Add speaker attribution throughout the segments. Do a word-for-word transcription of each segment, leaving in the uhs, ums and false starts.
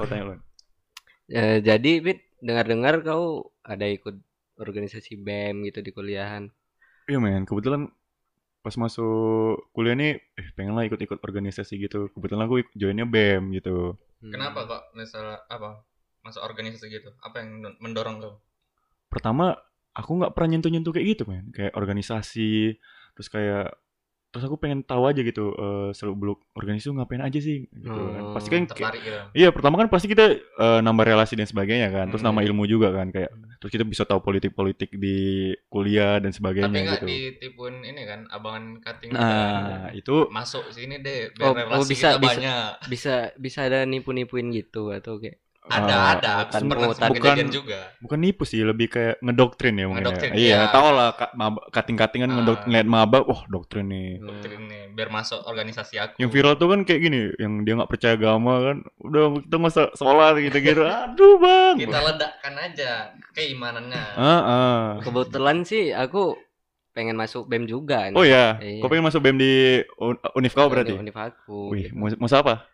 Speaker 1: Kau tanya lu.
Speaker 2: Eh, jadi Bit, dengar-dengar kau ada ikut organisasi B E M gitu di kuliahan.
Speaker 1: Iya men, kebetulan pas masuk kuliah nih, eh pengen lah ikut-ikut organisasi gitu. Kebetulan aku ik- joinnya B E M gitu.
Speaker 3: Kenapa kok misalnya apa masuk organisasi gitu? Apa yang mendorong kau?
Speaker 1: Pertama, aku nggak pernah nyentuh-nyentuh kayak gitu men. Kayak organisasi, terus kayak terus aku pengen tahu aja gitu eh seluk beluk organisasi tuh ngapain aja sih gitu kan. Pasti kan kayak,
Speaker 3: Tertarik gitu.
Speaker 1: iya pertama kan pasti kita eh, nambah relasi dan sebagainya kan, terus
Speaker 3: Hmm.
Speaker 1: nambah ilmu juga kan kayak terus kita bisa tahu politik-politik di kuliah dan
Speaker 3: Tapi
Speaker 1: sebagainya
Speaker 3: nggak
Speaker 1: gitu.
Speaker 3: ditipuin ini kan, abangan cutting
Speaker 1: Nah, itu
Speaker 3: masuk sini deh,
Speaker 2: Oh,
Speaker 3: biar
Speaker 2: oh,
Speaker 3: relasi
Speaker 2: bisa-
Speaker 3: kita
Speaker 2: bisa.
Speaker 3: banyak.
Speaker 2: Bisa bisa ada nipu-nipuin gitu atau kayak
Speaker 3: Ada,
Speaker 1: eh,
Speaker 3: ada. Aku
Speaker 2: tan-
Speaker 3: pernah
Speaker 2: tan-
Speaker 3: bukan,
Speaker 1: bukan-
Speaker 3: kejadian juga.
Speaker 1: bukan nipu sih, lebih kayak ngedoktrin ya mungkin.
Speaker 3: Ngedoktrin,
Speaker 1: ya. Iya,
Speaker 3: iya.
Speaker 1: tau lah ka- mab- kating-katingan
Speaker 3: Ah.
Speaker 1: ngedok ngeliat maba, wah doktrin nih.
Speaker 3: Doktrin nih, biar masuk organisasi aku.
Speaker 1: Yang viral tuh kan kayak gini, yang dia nggak percaya agama kan, udah kita nggak usah sholat gitu-gitu. Aduh bang.
Speaker 3: Kita ledakkan aja keimanannya.
Speaker 1: Ah, ah.
Speaker 2: kebetulan sih aku pengen masuk B E M juga nih.
Speaker 1: Oh ya,
Speaker 2: Iya.
Speaker 1: kau pengen masuk B E M di Un- Univ kau berarti?
Speaker 2: Univ- Univ aku.
Speaker 1: Wih,
Speaker 2: gitu.
Speaker 1: mau, mau apa?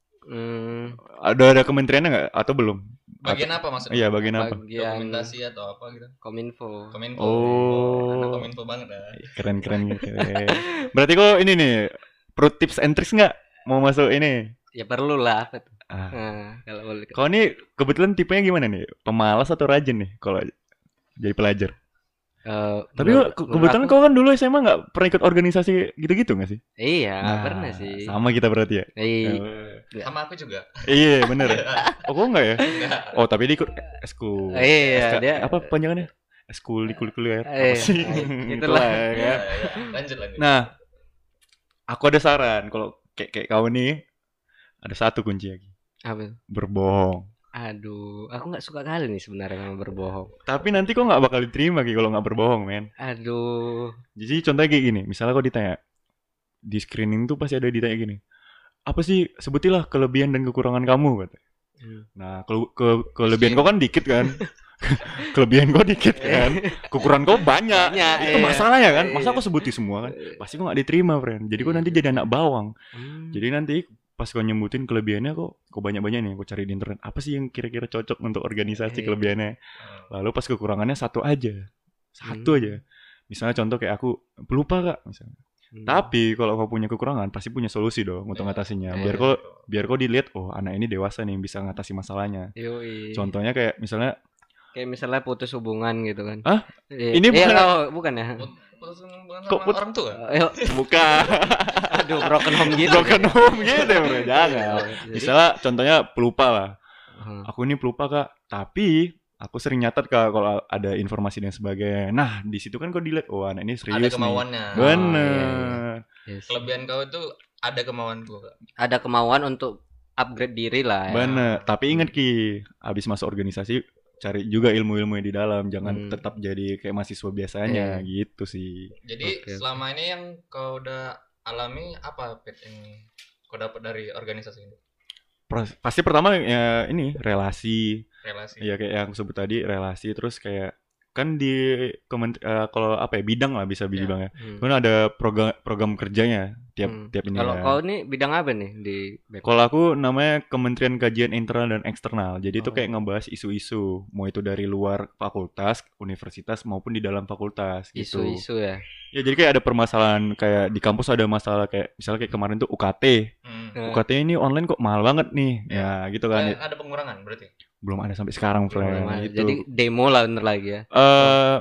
Speaker 2: Hmm,
Speaker 1: Ada ada kementeriannya nggak atau belum?
Speaker 3: Bagian apa maksudnya?
Speaker 1: Iya, bagian apa?
Speaker 2: bagian
Speaker 3: Dokumentasi atau apa gitu?
Speaker 2: Kominfo.
Speaker 3: Kominfo.
Speaker 1: Oh.
Speaker 3: Anak kominfo banget ya.
Speaker 1: Keren keren keren. Berarti kok ini nih, pro tips and tricks nggak mau masuk ini?
Speaker 2: Ya perlu lah apa tuh.
Speaker 1: Ah.
Speaker 2: Nah, kalau boleh.
Speaker 1: Kau ini kebetulan tipenya gimana nih? Pemalas atau rajin nih kalau jadi pelajar?
Speaker 2: Eh,
Speaker 1: Tapi
Speaker 2: menurut-
Speaker 1: kok-
Speaker 2: menurut
Speaker 1: kebetulan
Speaker 2: aku-
Speaker 1: kau kan dulu S M A nggak pernah ikut organisasi gitu-gitu nggak sih?
Speaker 2: Iya,
Speaker 1: Nah,
Speaker 2: pernah sih.
Speaker 1: Sama kita berarti ya?
Speaker 2: Iya.
Speaker 1: Eh,
Speaker 3: Sama aku juga.
Speaker 1: Iya bener ya? Oh kok nggak ya?
Speaker 3: Enggak.
Speaker 1: Oh tapi dia ikut eskul.
Speaker 2: Iya,
Speaker 1: S K
Speaker 2: dia-
Speaker 1: apa panjangannya? Eskul di kuliah. Apa
Speaker 2: Eh,
Speaker 1: sih?
Speaker 2: itulah.
Speaker 1: Itulah ya
Speaker 3: Ya,
Speaker 1: kan?
Speaker 3: ya. Lanjut lanjut.
Speaker 1: Nah, aku ada saran kalau kayak kayak kau nih ada satu kunci lagi.
Speaker 2: Apa tuh?
Speaker 1: Berbohong.
Speaker 2: Aduh, aku nggak suka kali nih sebenarnya sama berbohong.
Speaker 1: Tapi nanti kok nggak bakal diterima Ki kalau nggak berbohong, men.
Speaker 2: Aduh,
Speaker 1: Jadi contohnya kayak gini, misalnya kau ditanya di screening tuh pasti ada ditanya gini. Apa sih sebutilah kelebihan dan kekurangan kamu kata.
Speaker 2: Hmm.
Speaker 1: Nah, kalau ke kelebihan kau kan dikit kan. Kelebihan kau dikit kan. Kekurangan kau banyak.
Speaker 2: Banyak,
Speaker 1: Itu
Speaker 2: iya.
Speaker 1: masalahnya kan. Masa
Speaker 2: Iya.
Speaker 1: kau sebutin semua kan? Pasti kau nggak diterima, friend. Jadi kau nanti jadi anak bawang.
Speaker 2: Hmm.
Speaker 1: Jadi nanti pas kau nyebutin kelebihannya kok kau banyak-banyak nih, kau cari di internet. Apa sih yang kira-kira cocok untuk organisasi
Speaker 2: Iya.
Speaker 1: kelebihannya? Lalu pas kekurangannya satu aja. Satu
Speaker 2: Hmm.
Speaker 1: aja. Misalnya contoh kayak aku pelupa Kak misalnya.
Speaker 2: Hmm.
Speaker 1: Tapi kalau kau punya kekurangan pasti punya solusi dong untuk
Speaker 3: Iya.
Speaker 1: ngatasinya.
Speaker 2: Iya.
Speaker 1: Biar kau biar kau dilihat oh anak ini dewasa nih bisa ngatasi masalahnya.
Speaker 2: Yoi.
Speaker 1: Contohnya kayak misalnya
Speaker 2: Kayak misalnya putus hubungan gitu kan.
Speaker 1: Hah?
Speaker 2: Iya.
Speaker 1: Ini
Speaker 2: Iya,
Speaker 1: bukan-
Speaker 2: oh, bukan ya?
Speaker 3: Putus hubungan
Speaker 1: Kok
Speaker 3: sama
Speaker 1: put-
Speaker 3: orang tua?
Speaker 2: Ayo,
Speaker 1: bukan
Speaker 2: aduh broken home gitu.
Speaker 1: broken home gitu bro. Jangan.
Speaker 2: Jadi-
Speaker 1: Misalnya contohnya pelupa lah.
Speaker 2: Hmm.
Speaker 1: Aku ini pelupa Kak, tapi aku sering nyatet Kak kalau ada informasi dan sebagainya. Nah, di situ kan kau dilihat oh anak ini serius
Speaker 3: Ada
Speaker 1: nih.
Speaker 3: kemauannya.
Speaker 1: Bener.
Speaker 2: Yes.
Speaker 3: Kelebihan kau itu ada kemauan gua, Kak.
Speaker 2: Ada kemauan untuk upgrade diri lah ya.
Speaker 1: Bener. Tapi ingat Ki, abis masuk organisasi cari juga ilmu-ilmu yang di dalam, jangan
Speaker 2: Hmm.
Speaker 1: tetap jadi kayak mahasiswa biasanya
Speaker 2: Iya.
Speaker 1: gitu sih.
Speaker 3: Jadi
Speaker 2: Oke.
Speaker 3: selama ini yang kau udah alami apa Pit yang kau dapat dari organisasi ini?
Speaker 1: Pros- pasti pertama ya ini relasi,
Speaker 3: Relasi.
Speaker 1: ya kayak yang aku sebut tadi relasi, terus kayak kan di kement eh, kalau apa ya bidang lah bisa
Speaker 3: Iya.
Speaker 1: bidang ya.
Speaker 2: Hmm.
Speaker 1: Kan ada program program kerjanya tiap
Speaker 2: Hmm.
Speaker 1: tiap ini.
Speaker 2: Kalau
Speaker 1: ya.
Speaker 2: kau nih bidang apa nih di B E M?
Speaker 1: Kalau aku namanya Kementerian Kajian Internal dan Eksternal. Jadi itu
Speaker 2: Oh.
Speaker 1: kayak ngebahas isu-isu, mau itu dari luar fakultas, universitas maupun di dalam fakultas gitu.
Speaker 2: Isu-isu ya.
Speaker 1: Ya jadi kayak ada permasalahan kayak di kampus ada masalah kayak misalnya kayak kemarin tuh U K T.
Speaker 3: Hmm.
Speaker 2: Eh,
Speaker 1: U K T ini online kok mahal banget nih. Ya gitu kan.
Speaker 3: Eh, ada pengurangan berarti.
Speaker 1: Belum ada sampai sekarang, friend.
Speaker 2: Gimana?
Speaker 1: Gitu.
Speaker 2: Jadi demo lah bener lagi ya.
Speaker 1: eh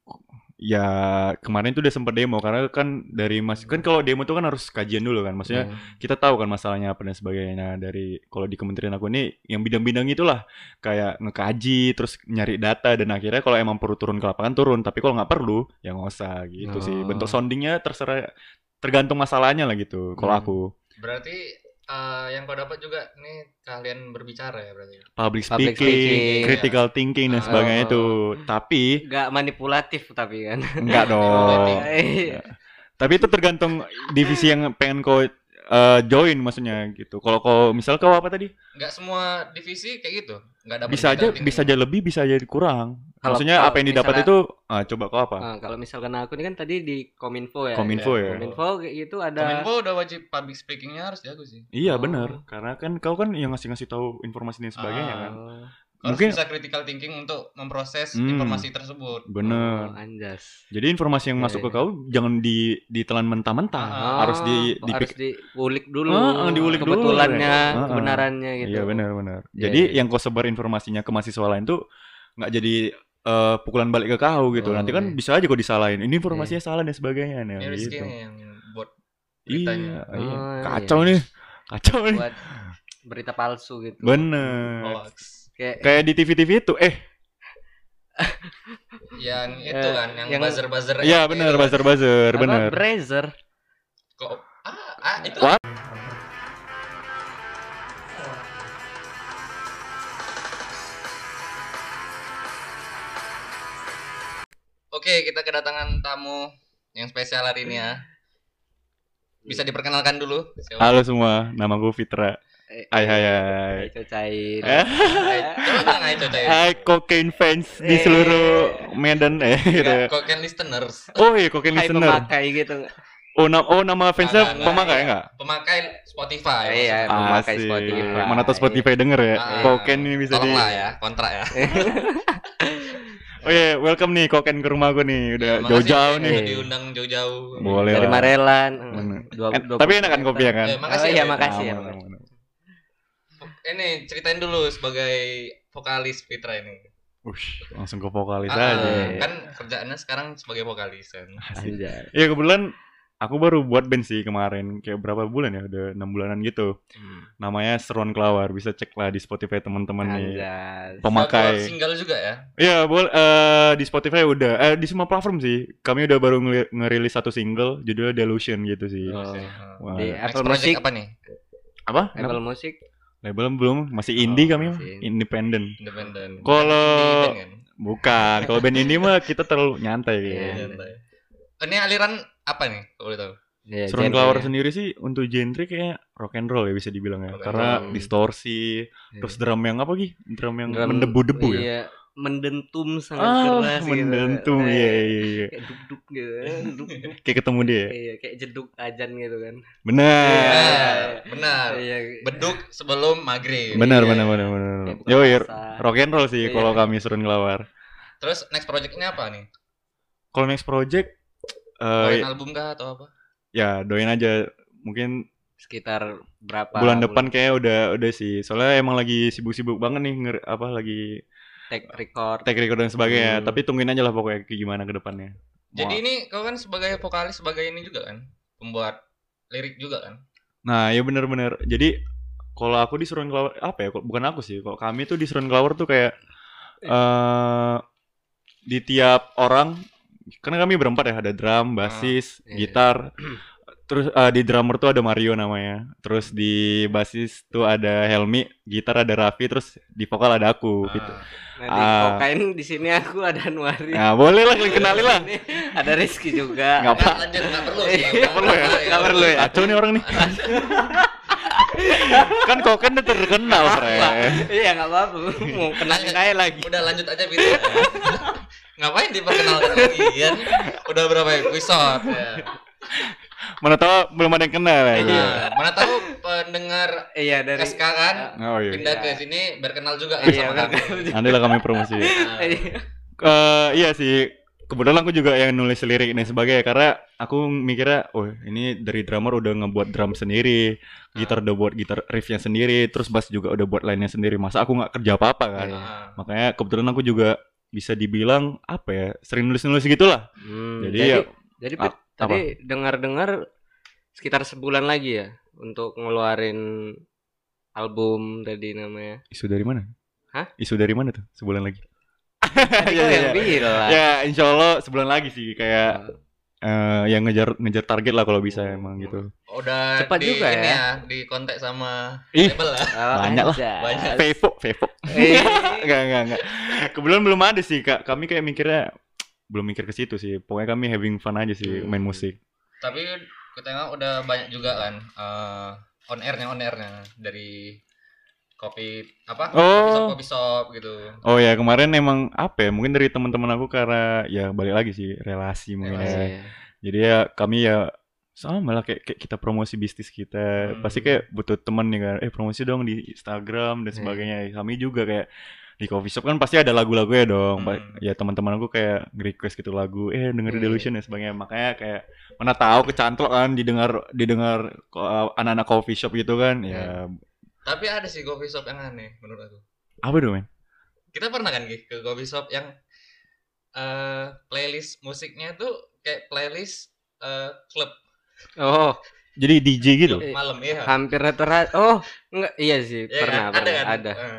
Speaker 1: ya kemarin tuh udah sempet demo karena kan dari mas kan kalau demo tuh kan harus kajian dulu kan. Maksudnya
Speaker 2: Hmm.
Speaker 1: kita tahu kan masalahnya apa dan sebagainya. Dari kalau di kementerian aku ini yang bidang-bidang itulah kayak ngekaji terus nyari data dan akhirnya kalau emang perlu turun ke lapangan turun, tapi kalau nggak perlu ya nggak usah gitu sih.
Speaker 2: Oh.
Speaker 1: Bentuk soundingnya terserah tergantung masalahnya lah gitu kalau
Speaker 2: Hmm.
Speaker 1: aku.
Speaker 3: Berarti eh, yang kau dapat juga nih keahlian berbicara ya berarti.
Speaker 1: Public
Speaker 2: Public
Speaker 1: speaking,
Speaker 2: speaking,
Speaker 1: critical thinking dan
Speaker 3: Ah.
Speaker 1: sebagainya itu. Tapi
Speaker 2: Gak manipulatif tapi kan.
Speaker 1: enggak dong.
Speaker 3: Manipulatif.
Speaker 2: Iya.
Speaker 1: Tapi itu tergantung divisi yang pengen kau uh, join maksudnya gitu. Kalau kau misal kau apa tadi?
Speaker 3: Nggak semua divisi kayak gitu. Nggak dapat
Speaker 1: Bisa aja bisa aja lebih, bisa aja kurang.
Speaker 2: Kalau-
Speaker 1: Maksudnya
Speaker 2: kalau
Speaker 1: apa yang didapat
Speaker 2: misalnya-
Speaker 1: itu ah, coba kau apa?
Speaker 2: Nah, kalau misalkan aku ini kan tadi di Kominfo ya.
Speaker 1: Kominfo ya.
Speaker 2: Kominfo kayak gitu ada.
Speaker 3: Kominfo udah wajib public speakingnya harus jago sih.
Speaker 1: Iya
Speaker 2: Oh.
Speaker 1: benar, karena kan kau kan yang ngasih-ngasih tahu informasi dan sebagainya
Speaker 3: Ah.
Speaker 1: kan.
Speaker 2: Oh,
Speaker 3: Harus
Speaker 1: Mungkin-
Speaker 3: bisa critical thinking untuk memproses
Speaker 1: Hmm.
Speaker 3: informasi tersebut.
Speaker 1: Bener.
Speaker 2: oh, anjas.
Speaker 1: Jadi informasi yang
Speaker 2: Iya,
Speaker 1: masuk ke
Speaker 2: iya.
Speaker 1: kau jangan di ditelan mentah-mentah,
Speaker 3: Ah,
Speaker 1: harus di
Speaker 2: Oh,
Speaker 1: dipik-
Speaker 2: harus diulik dulu.
Speaker 1: Ah, ah, diulik dulu.
Speaker 2: kebetulannya,
Speaker 1: Ah, ah.
Speaker 2: kebenarannya gitu.
Speaker 1: Iya benar-benar.
Speaker 2: Iya,
Speaker 1: Jadi
Speaker 2: iya.
Speaker 1: yang kau sebar informasinya ke mahasiswa lain tuh nggak jadi eh, pukulan balik ke kau gitu.
Speaker 2: Oh,
Speaker 1: Nanti kan
Speaker 2: iya.
Speaker 1: bisa aja kau disalahin. Ini informasinya salah dan sebagainya nih.
Speaker 3: Ini Rizky
Speaker 1: gitu.
Speaker 3: nih yang buat
Speaker 1: Iya,
Speaker 3: beritanya.
Speaker 1: iya.
Speaker 2: Oh,
Speaker 1: Kacau
Speaker 2: iya.
Speaker 1: nih. Kacau nih.
Speaker 2: Buat berita palsu gitu.
Speaker 1: Bener.
Speaker 3: hoax.
Speaker 2: Kayak
Speaker 1: Kayak di T V T V itu. Eh,
Speaker 3: Yang itu
Speaker 2: Eh,
Speaker 3: kan, yang,
Speaker 2: yang-
Speaker 3: buzzer-buzzer.
Speaker 1: iya
Speaker 3: itu
Speaker 1: bener,
Speaker 3: kan.
Speaker 1: buzzer-buzzer,
Speaker 2: apa?
Speaker 1: bener.
Speaker 2: Brazer.
Speaker 3: Kok ah, ah itu
Speaker 1: What?
Speaker 3: Oke, kita kedatangan tamu yang spesial hari ini ya. Bisa diperkenalkan dulu. Siapa?
Speaker 1: Halo semua, namaku Fitra.
Speaker 2: Eh,
Speaker 1: Hai hai hai.
Speaker 2: Hai cocain.
Speaker 1: Eh,
Speaker 3: Hai, coba bilang aja coba.
Speaker 1: Hai cocaine fans di
Speaker 2: Eh.
Speaker 1: seluruh Medan eh gitu.
Speaker 3: Enggak, Koken listeners.
Speaker 1: Oh iya, cocaine
Speaker 2: Hai
Speaker 1: listener.
Speaker 2: pemakai gitu.
Speaker 1: Oh, na- oh nama fansnya
Speaker 3: Enggak, enggak,
Speaker 1: pemakai
Speaker 3: iya.
Speaker 1: enggak?
Speaker 3: Pemakai Spotify.
Speaker 2: Iya,
Speaker 3: maksudnya.
Speaker 2: pemakai
Speaker 1: Asik.
Speaker 2: Spotify.
Speaker 1: Mana tahu Spotify denger ya.
Speaker 3: Ah,
Speaker 1: Cocaine ini bisa di.
Speaker 3: Tolonglah ya, kontrak ya.
Speaker 1: Oh iya, welcome nih Koken ke rumah gue nih. Udah
Speaker 3: Makasih
Speaker 1: jauh-jauh
Speaker 3: ya,
Speaker 1: nih.
Speaker 3: udah diundang jauh-jauh.
Speaker 1: Boleh
Speaker 2: Dari
Speaker 1: lah.
Speaker 2: Marelan.
Speaker 1: Bener.
Speaker 2: Dua-
Speaker 1: Eh,
Speaker 2: dua
Speaker 1: tapi
Speaker 2: puluh
Speaker 1: enak kan kopi ya kan?
Speaker 3: Eh, makasih
Speaker 2: Oh iya,
Speaker 3: ya.
Speaker 2: makasih ya.
Speaker 1: Aman, aman, aman.
Speaker 3: Ini ceritain dulu sebagai vokalis Fitra ini.
Speaker 1: Ush, langsung ke vokalis
Speaker 3: Ah,
Speaker 1: aja.
Speaker 3: kan kerjaannya sekarang sebagai vokalis kan.
Speaker 1: Asik.
Speaker 2: Anjay.
Speaker 1: Iya kebetulan aku baru buat band sih kemarin. Kayak berapa bulan ya? Udah enam bulanan gitu.
Speaker 2: Hmm.
Speaker 1: Namanya Seruan Kelawar. Bisa cek lah di Spotify teman-teman nih.
Speaker 2: Anjas.
Speaker 1: Pemakai.
Speaker 3: Kita buat single juga ya.
Speaker 1: Iya, boleh eh, di Spotify udah. Eh, di semua platform sih. Kami udah baru ngeli- ngerilis satu single judulnya Delusion gitu sih.
Speaker 2: Oh.
Speaker 1: Wah.
Speaker 2: Di
Speaker 3: Next
Speaker 2: Apple
Speaker 3: project
Speaker 2: Music.
Speaker 3: apa nih?
Speaker 1: Apa?
Speaker 2: Apple Music.
Speaker 1: Label belum, masih
Speaker 3: Oh,
Speaker 1: indie kami mah,
Speaker 2: masih
Speaker 1: independen.
Speaker 3: Independen.
Speaker 1: Kalau-
Speaker 3: Indie band kan?
Speaker 1: Bukan, kalau band indie mah kita terlalu nyantai
Speaker 2: Iya.
Speaker 1: gitu.
Speaker 3: Santai. Ini aliran apa nih? Kalau boleh tahu.
Speaker 2: Iya,
Speaker 1: Seruan
Speaker 2: genre
Speaker 1: Kelawar
Speaker 2: ya.
Speaker 1: sendiri sih untuk genre kayak rock and roll ya bisa dibilang ya.
Speaker 3: Rock and
Speaker 1: Karena
Speaker 2: roll.
Speaker 1: distorsi,
Speaker 2: Iya.
Speaker 1: terus drum yang apa Gi? Drum yang
Speaker 2: Drum-
Speaker 1: mendebu-debu ya.
Speaker 2: Iya, mendentum sangat
Speaker 1: Ah,
Speaker 2: keras gitu.
Speaker 1: mendentum,
Speaker 2: Eh,
Speaker 1: iya iya iya.
Speaker 2: Kayak duk-duk gitu. Duk-duk.
Speaker 1: Kayak ketemu dia.
Speaker 2: Iya, kayak jeduk ajan gitu kan.
Speaker 1: Benar.
Speaker 3: Benar, benar.
Speaker 2: Iya.
Speaker 3: Beduk sebelum maghrib.
Speaker 1: Benar,
Speaker 2: Iya.
Speaker 1: benar, benar, benar.
Speaker 2: Kayak buka
Speaker 1: Yo, iya,
Speaker 2: puasa.
Speaker 1: rock and roll sih
Speaker 2: Iya.
Speaker 1: kalau kami Seruan Kelawar.
Speaker 3: Terus next project-nya apa nih?
Speaker 1: Kalau next project eh
Speaker 3: Keluarin album kah atau apa?
Speaker 1: ya doain aja mungkin
Speaker 2: Sekitar berapa
Speaker 1: bulan depan kayak udah udah sih. Soalnya emang lagi sibuk-sibuk banget nih nger, apa lagi
Speaker 2: take record.
Speaker 1: take record dan sebagainya.
Speaker 2: Hmm.
Speaker 1: Tapi tungguin aja lah pokoknya kayak gimana ke depannya.
Speaker 3: Jadi
Speaker 1: Wah.
Speaker 3: ini kau kan sebagai vokalis sebagai ini juga kan? Pembuat lirik juga kan?
Speaker 1: Nah, ya bener-bener. Jadi kalau aku di Seruan Kelawar apa ya? Kok- Bukan aku sih. Kalau kami tuh di Seruan Kelawar tuh kayak eh di tiap orang karena kami berempat ya, ada drum, basis,
Speaker 2: iya.
Speaker 1: gitar. Terus eh, di drummer tuh ada Mario namanya. Terus di basis tuh ada Helmi, gitar ada Raffi, terus di vokal ada aku gitu.
Speaker 2: Nah, di
Speaker 1: Ah.
Speaker 2: kokain di sini aku ada Anwari.
Speaker 1: Nah, boleh lah kalian kenalin lah.
Speaker 2: Ini ada Rizky juga.
Speaker 1: Nggak apa.
Speaker 3: Nggak, lanjut, nggak perlu sih.
Speaker 2: Nggak
Speaker 1: perlu ya?
Speaker 2: Nggak perlu ya?
Speaker 1: Kacau nih orang nih. Kan kok kan udah terkenal, Fred.
Speaker 2: Iya nggak apa-apa. Mau kenalin aja lagi.
Speaker 3: Udah lanjut aja Fitra. Ngapain diperkenalkan lagi kan? Udah berapa episode ya?
Speaker 1: Mana tahu belum ada yang kenal ya.
Speaker 2: Iya.
Speaker 3: Nah, mana tahu pendengar
Speaker 2: Iya dari.
Speaker 3: S K kan
Speaker 1: Oh iya.
Speaker 3: pindah ke sini berkenal juga kan
Speaker 2: Iya,
Speaker 3: sama kami.
Speaker 2: berkenal.
Speaker 1: Nanti lah kami promosi.
Speaker 3: Nah,
Speaker 2: Iya.
Speaker 1: Eh iya sih. Kebetulan aku juga yang nulis lirik dan sebagainya karena aku mikirnya, oh ini dari drummer udah ngebuat drum sendiri, gitar udah buat gitar riffnya sendiri, terus bass juga udah buat lainnya sendiri. Masa aku nggak kerja apa-apa kan?
Speaker 2: Iya.
Speaker 3: nah.
Speaker 1: Makanya kebetulan aku juga bisa dibilang apa ya, sering nulis-nulis gitulah.
Speaker 2: Hmm,
Speaker 1: Jadi
Speaker 2: jadi
Speaker 1: ya,
Speaker 2: jadi
Speaker 1: ap-
Speaker 2: Pit, tadi dengar-dengar sekitar sebulan lagi ya untuk ngeluarin album tadi namanya.
Speaker 1: isu dari mana?
Speaker 2: Hah?
Speaker 1: Isu dari mana tuh? Sebulan lagi?
Speaker 2: Tadi
Speaker 1: Iya,
Speaker 2: kau
Speaker 1: iya,
Speaker 2: yang
Speaker 1: iya.
Speaker 2: bilang.
Speaker 1: Ya, insya Allah sebulan lagi sih kayak eh yang ngejar ngejar target lah kalau bisa emang gitu.
Speaker 3: Udah
Speaker 2: Cepat
Speaker 3: di,
Speaker 2: juga
Speaker 3: ini
Speaker 2: ya.
Speaker 3: ya, di kontak sama
Speaker 1: Ih.
Speaker 3: label lah.
Speaker 2: Oh,
Speaker 1: Banyak lah.
Speaker 2: anjas.
Speaker 3: Banyak.
Speaker 1: Vevo, Vevo.
Speaker 2: Eh,
Speaker 1: Enggak, enggak, enggak. Kebetulan belum ada sih, Kak. Kami kayak mikirnya belum mikir ke situ sih. Pokoknya kami having fun aja sih
Speaker 2: Hmm.
Speaker 1: main musik.
Speaker 3: Tapi Aku tengok udah banyak juga kan uh, on airnya on airnya dari kopi apa
Speaker 1: Oh.
Speaker 3: kopi shop gitu.
Speaker 1: Oh ya, kemarin emang apa ya? Mungkin dari teman-teman aku karena ya balik lagi sih relasi mungkin
Speaker 3: Relasi.
Speaker 1: ya.
Speaker 2: Iya.
Speaker 1: Jadi ya kami ya sama lah kayak, kayak kita promosi bisnis kita.
Speaker 3: Hmm.
Speaker 1: Pasti kayak butuh temen nih kan. Eh promosi dong di Instagram dan
Speaker 2: Iya.
Speaker 1: sebagainya. Kami juga kayak di coffee shop kan pasti ada lagu-lagunya dong. Pa-
Speaker 3: Hmm.
Speaker 1: Ya teman-teman aku kayak request gitu lagu, eh denger
Speaker 2: Iya.
Speaker 1: Delusion dan sebagainya. Makanya kayak mana tahu kecantlok kan didengar didengar ko- anak-anak coffee shop gitu kan. Ya
Speaker 3: Tapi ada sih coffee shop yang aneh menurut aku.
Speaker 1: apa dong men?
Speaker 3: Kita pernah kan Ki, ke coffee shop yang eh playlist musiknya tuh kayak playlist eh klub
Speaker 2: Oh,
Speaker 1: Jadi D J gitu.
Speaker 3: klub malam ya.
Speaker 2: hampir rata-rata. Oh, enggak, iya sih,
Speaker 3: Iya
Speaker 2: pernah,
Speaker 3: kan?
Speaker 2: pernah,
Speaker 3: Ada kan?
Speaker 2: ada.
Speaker 3: Eh,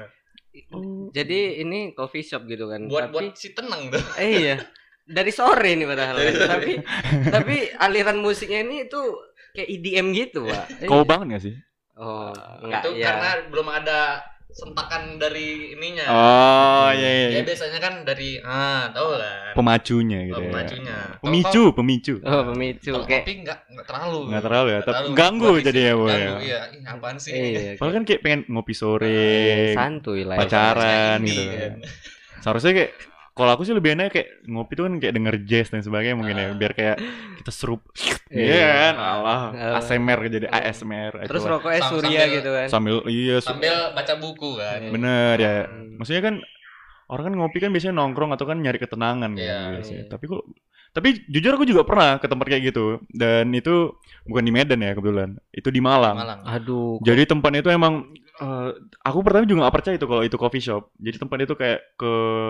Speaker 2: Jadi ini coffee shop gitu kan.
Speaker 3: buat
Speaker 2: tapi
Speaker 3: buat si tenang tuh.
Speaker 2: eh, iya. Dari sore nih padahal.
Speaker 3: Dari sore.
Speaker 2: tapi tapi aliran musiknya ini tuh kayak E D M gitu, Pak.
Speaker 1: Kau
Speaker 2: Iya.
Speaker 1: banget gak sih?
Speaker 2: Oh, enggak
Speaker 3: Itu
Speaker 2: ya.
Speaker 3: karena belum ada sentakan dari ininya.
Speaker 1: Oh iya iya.
Speaker 3: Ya biasanya kan dari ah tahu kan.
Speaker 1: Pemacunya gitu
Speaker 3: Oh,
Speaker 1: ya.
Speaker 3: pemacunya.
Speaker 1: Pemicu, pemicu.
Speaker 2: Oh, pemicu
Speaker 3: Kalau
Speaker 2: kayak
Speaker 3: kopi enggak enggak terlalu.
Speaker 1: Nggak terlalu ya,
Speaker 3: Nggak
Speaker 1: tapi
Speaker 3: terlalu.
Speaker 1: ganggu
Speaker 3: Buat
Speaker 1: jadi
Speaker 3: isi-
Speaker 1: ya, Boy.
Speaker 3: Ganggu iya. Ih, apaan sih?
Speaker 2: iya,
Speaker 1: Padahal kan kayak pengen ngopi sore,
Speaker 2: santuy lah. ya.
Speaker 1: pacaran
Speaker 3: Ini
Speaker 1: gitu.
Speaker 3: kan.
Speaker 1: Seharusnya kayak kalau aku sih lebih enak kayak ngopi tuh kan kayak denger jazz dan sebagainya mungkin ya,
Speaker 3: Ah.
Speaker 1: biar kayak kita serup.
Speaker 2: Iya.
Speaker 1: Iya kan, Allah,
Speaker 2: Ah.
Speaker 1: A S M R jadi A S M R.
Speaker 2: Terus
Speaker 1: itulah.
Speaker 2: rokoknya
Speaker 3: Sam-
Speaker 2: Surya
Speaker 3: sambil-
Speaker 2: gitu kan.
Speaker 1: sambil iya su-
Speaker 3: Sambil baca buku kan.
Speaker 2: Iya.
Speaker 1: bener ya.
Speaker 2: Hmm.
Speaker 1: Maksudnya kan orang kan ngopi kan biasanya nongkrong atau kan nyari ketenangan kan
Speaker 3: Iya.
Speaker 1: biasanya.
Speaker 2: Iya.
Speaker 1: Tapi kok tapi jujur aku juga pernah ke tempat kayak gitu dan itu bukan di Medan ya kebetulan. Itu di Malang.
Speaker 3: Malang.
Speaker 2: Aduh.
Speaker 1: Jadi tempatnya itu emang eh, aku pertama juga gak percaya itu kalau itu coffee shop. Jadi tempatnya itu kayak ke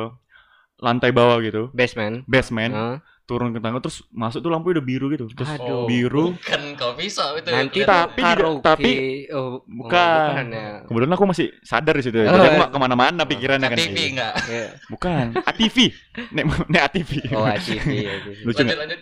Speaker 1: lantai bawah gitu,
Speaker 2: Basement.
Speaker 1: basement,
Speaker 2: Hah?
Speaker 1: turun ke tangga terus masuk tuh lampu udah biru gitu. Terus
Speaker 2: Aduh.
Speaker 1: biru.
Speaker 3: Bukan coffee shop itu.
Speaker 2: Nanti
Speaker 3: kelihatan.
Speaker 1: Tapi tidak-
Speaker 2: karaoke.
Speaker 1: tapi-
Speaker 2: oh,
Speaker 1: bukan.
Speaker 2: bukan ya.
Speaker 1: Kebetulan aku masih sadar di situ ya.
Speaker 2: Oh,
Speaker 1: Jadi aku
Speaker 2: iya.
Speaker 1: gak kemana-mana pikirannya kan.
Speaker 3: T V
Speaker 1: Iya.
Speaker 3: enggak?
Speaker 2: Iya.
Speaker 1: Bukan, A T V. Nek nek A T V.
Speaker 2: Oh, A T V ya.
Speaker 1: Lucu
Speaker 3: Lanjut
Speaker 1: nggak?
Speaker 3: lanjut.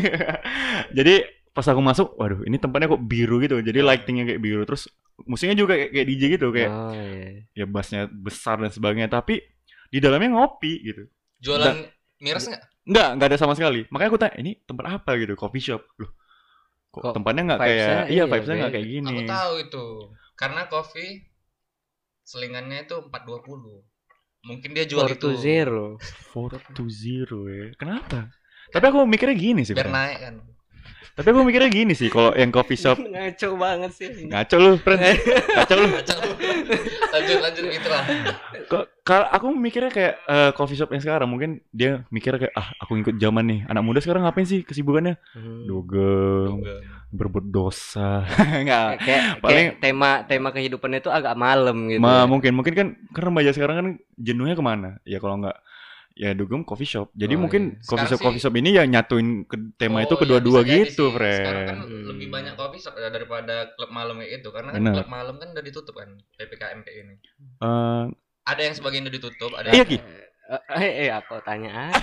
Speaker 1: Jadi pas aku masuk, waduh ini tempatnya kok biru gitu. Jadi lightingnya kayak biru. Terus musiknya juga kayak, kayak D J gitu, kayak
Speaker 2: Oh, iya.
Speaker 1: ya bassnya besar dan sebagainya. Tapi di dalamnya ngopi gitu.
Speaker 3: Jualan miras enggak?
Speaker 1: Enggak, enggak ada sama sekali. Makanya aku tanya, ini tempat apa gitu? Coffee shop. Loh. Kok,
Speaker 2: Kok
Speaker 1: tempatnya enggak
Speaker 2: vibes-nya
Speaker 1: kayak
Speaker 2: iya,
Speaker 1: iya, vibes-nya enggak
Speaker 2: beda.
Speaker 1: kayak gini.
Speaker 3: Aku tahu itu. Karena coffee selingannya itu empat dua puluh. Mungkin dia jual
Speaker 2: Four
Speaker 3: itu
Speaker 2: to zero.
Speaker 1: four to zero ya. Kenapa? Tapi aku mikirnya gini sih.
Speaker 3: biar
Speaker 1: Bro.
Speaker 3: naik kan.
Speaker 1: Tapi aku mikirnya gini sih, kalau yang coffee shop
Speaker 2: Ngaco banget sih.
Speaker 1: ngaco lu, friend. Ngaco lu.
Speaker 3: Kacau. lanjut lanjut gitu lah.
Speaker 1: Kok kalau aku mikirnya kayak eh, coffee shop yang sekarang mungkin dia mikirnya kayak ah aku ngikut zaman nih. Anak muda sekarang ngapain sih kesibukannya?
Speaker 2: Hmm.
Speaker 1: Dugem,
Speaker 3: Juga.
Speaker 1: berbuat dosa. Enggak.
Speaker 2: Kayak,
Speaker 1: Paling-
Speaker 2: kayak tema tema kehidupannya itu agak malam gitu.
Speaker 1: Ma,
Speaker 2: ya.
Speaker 1: mungkin mungkin kan kan remaja sekarang kan jenuhnya kemana? Ya kalau nggak ya dugem coffee shop. Jadi
Speaker 2: Oh,
Speaker 1: mungkin
Speaker 2: iya.
Speaker 1: coffee
Speaker 3: Sekarang
Speaker 1: shop
Speaker 3: sih-
Speaker 1: coffee shop ini ya nyatuin ke tema
Speaker 3: Oh,
Speaker 1: itu
Speaker 3: iya,
Speaker 1: kedua-dua
Speaker 3: bisa jadi
Speaker 1: gitu,
Speaker 3: sih. Sekarang kan
Speaker 1: friend.
Speaker 2: Hmm.
Speaker 3: lebih banyak coffee shop ya daripada klub malam kayak itu. Karena kan
Speaker 1: Bener.
Speaker 3: klub malam kan udah ditutup kan. P P K M kayak ini.
Speaker 1: Eh,
Speaker 3: Ada yang sebagian udah ditutup, ada
Speaker 1: iya
Speaker 3: yang
Speaker 1: Ki.
Speaker 2: Eh, eh, eh, aku tanya aja.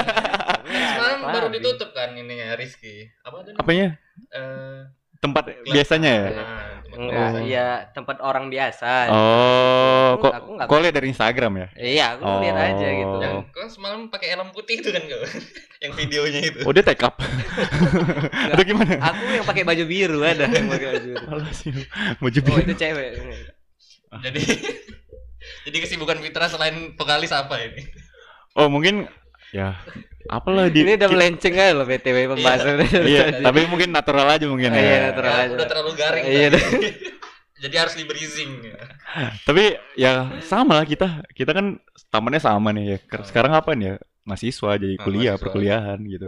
Speaker 3: semalam
Speaker 2: Apa
Speaker 3: baru
Speaker 2: lagi?
Speaker 3: ditutup kan ininya Rizky. Apa tuh?
Speaker 1: Apanya?
Speaker 3: Eh,
Speaker 1: Tempat
Speaker 3: Klub.
Speaker 1: biasanya ya?
Speaker 3: nah, tempat
Speaker 2: Enggak,
Speaker 1: Oh.
Speaker 2: ya tempat orang biasa.
Speaker 1: Oh,
Speaker 2: Aku-
Speaker 1: kok
Speaker 2: aku nggak-
Speaker 1: kok lihat dari Instagram ya?
Speaker 2: Iya, aku lihat aja
Speaker 1: Oh.
Speaker 2: gitu.
Speaker 3: Yang kan semalam pakai helm putih itu kan kau. Yang videonya itu.
Speaker 1: Oh, dia take up. Atau gimana?
Speaker 2: Aku yang pakai baju biru ada yang pakai baju biru.
Speaker 1: Alah sih. Baju
Speaker 2: Oh,
Speaker 1: biru.
Speaker 2: itu cewek.
Speaker 3: Jadi jadi kesibukan Fitra selain vokalis apa ini?
Speaker 1: Oh, mungkin ya apalah di
Speaker 2: Ini udah
Speaker 1: ki-
Speaker 2: melenceng aja loh B T W pembahasannya.
Speaker 1: Iya, tapi mungkin natural aja mungkin
Speaker 2: Iya,
Speaker 1: ya.
Speaker 2: natural.
Speaker 3: Ya,
Speaker 2: aja.
Speaker 3: udah terlalu garing.
Speaker 2: Iya,
Speaker 3: tadi. Jadi harus di breathing.
Speaker 1: Tapi ya sama lah kita. Kita kan tamannya sama nih ya. Ker- Sekarang apa nih ya? Mahasiswa jadi
Speaker 3: Ah,
Speaker 1: kuliah,
Speaker 3: mahasiswa.
Speaker 1: perkuliahan gitu.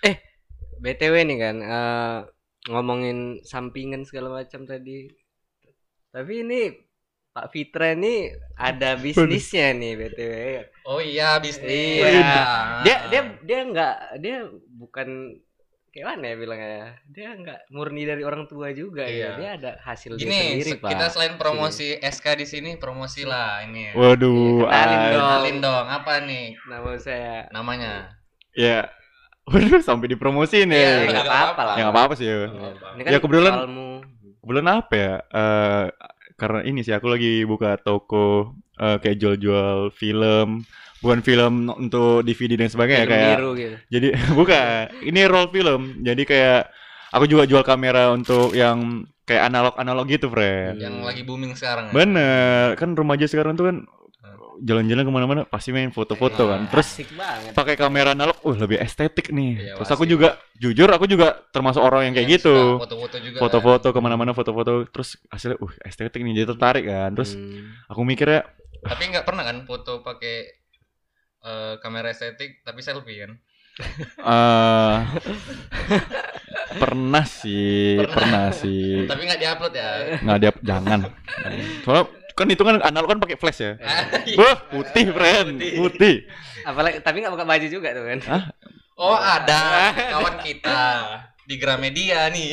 Speaker 2: B T W nih kan eh, ngomongin sampingan segala macam tadi. Tapi ini Pak Fitra ini ada bisnisnya nih B T W.
Speaker 3: Oh iya, bisnis.
Speaker 2: Iya.
Speaker 3: Ah.
Speaker 2: Dia dia dia enggak dia bukan kayak mana ya bilangnya. Dia enggak murni dari orang tua juga
Speaker 3: Iya.
Speaker 2: ya. Dia ada hasil dia
Speaker 3: Gini,
Speaker 2: sendiri,
Speaker 3: se-
Speaker 2: Pak.
Speaker 3: kita selain promosi S K di sini, promosi lah ini.
Speaker 1: Waduh,
Speaker 2: Iya, kenalin
Speaker 1: ah,
Speaker 2: dong.
Speaker 3: Kenalin dong, apa nih
Speaker 2: Nama saya
Speaker 3: namanya?
Speaker 1: ya. Waduh, sampai dipromosiin ya.
Speaker 3: Iya,
Speaker 2: ya
Speaker 3: nggak
Speaker 2: enggak apa-apa lah.
Speaker 1: Ya nggak apa-apa sih ya.
Speaker 2: Ini kan
Speaker 1: Ya, kebetulan-
Speaker 2: soalmu.
Speaker 1: Kebetulan apa ya? Eh karena ini sih aku lagi buka toko eh, kayak jual-jual film, bukan film untuk D V D dan sebagainya
Speaker 2: Film
Speaker 1: kayak.
Speaker 2: biru gitu.
Speaker 1: Jadi bukan, ini roll film. Jadi kayak Aku juga jual kamera untuk yang kayak analog-analog gitu, friend.
Speaker 3: Yang lagi booming sekarang. ya?
Speaker 1: Bener, kan remaja sekarang tuh kan jalan-jalan kemana-mana pasti main foto-foto kan. Terus
Speaker 2: Asik banget.
Speaker 1: pakai kamera analog, uh lebih estetik nih.
Speaker 3: Iya,
Speaker 1: Terus
Speaker 3: pasti.
Speaker 1: aku juga, jujur aku juga termasuk orang yang kayak
Speaker 3: Yang
Speaker 1: gitu.
Speaker 3: suka Foto-foto juga.
Speaker 1: Foto-foto kemana-mana foto-foto, terus hasilnya, uh estetik nih, jadi tertarik kan. Terus
Speaker 2: Hmm.
Speaker 1: aku mikirnya,
Speaker 3: Kan. Tapi nggak pernah kan foto pakai eh, kamera estetik tapi selfie kan?
Speaker 1: eh pernah sih, pernah sih.
Speaker 3: Tapi nggak diupload ya.
Speaker 1: Nggak dia jangan. Soalnya kan itu kan analog kan pakai flash ya. Wah, putih, friend. Putih.
Speaker 2: Apalagi tapi nggak buka baju juga tuh kan.
Speaker 1: Hah?
Speaker 3: Oh ada kawan kita di Gramedia nih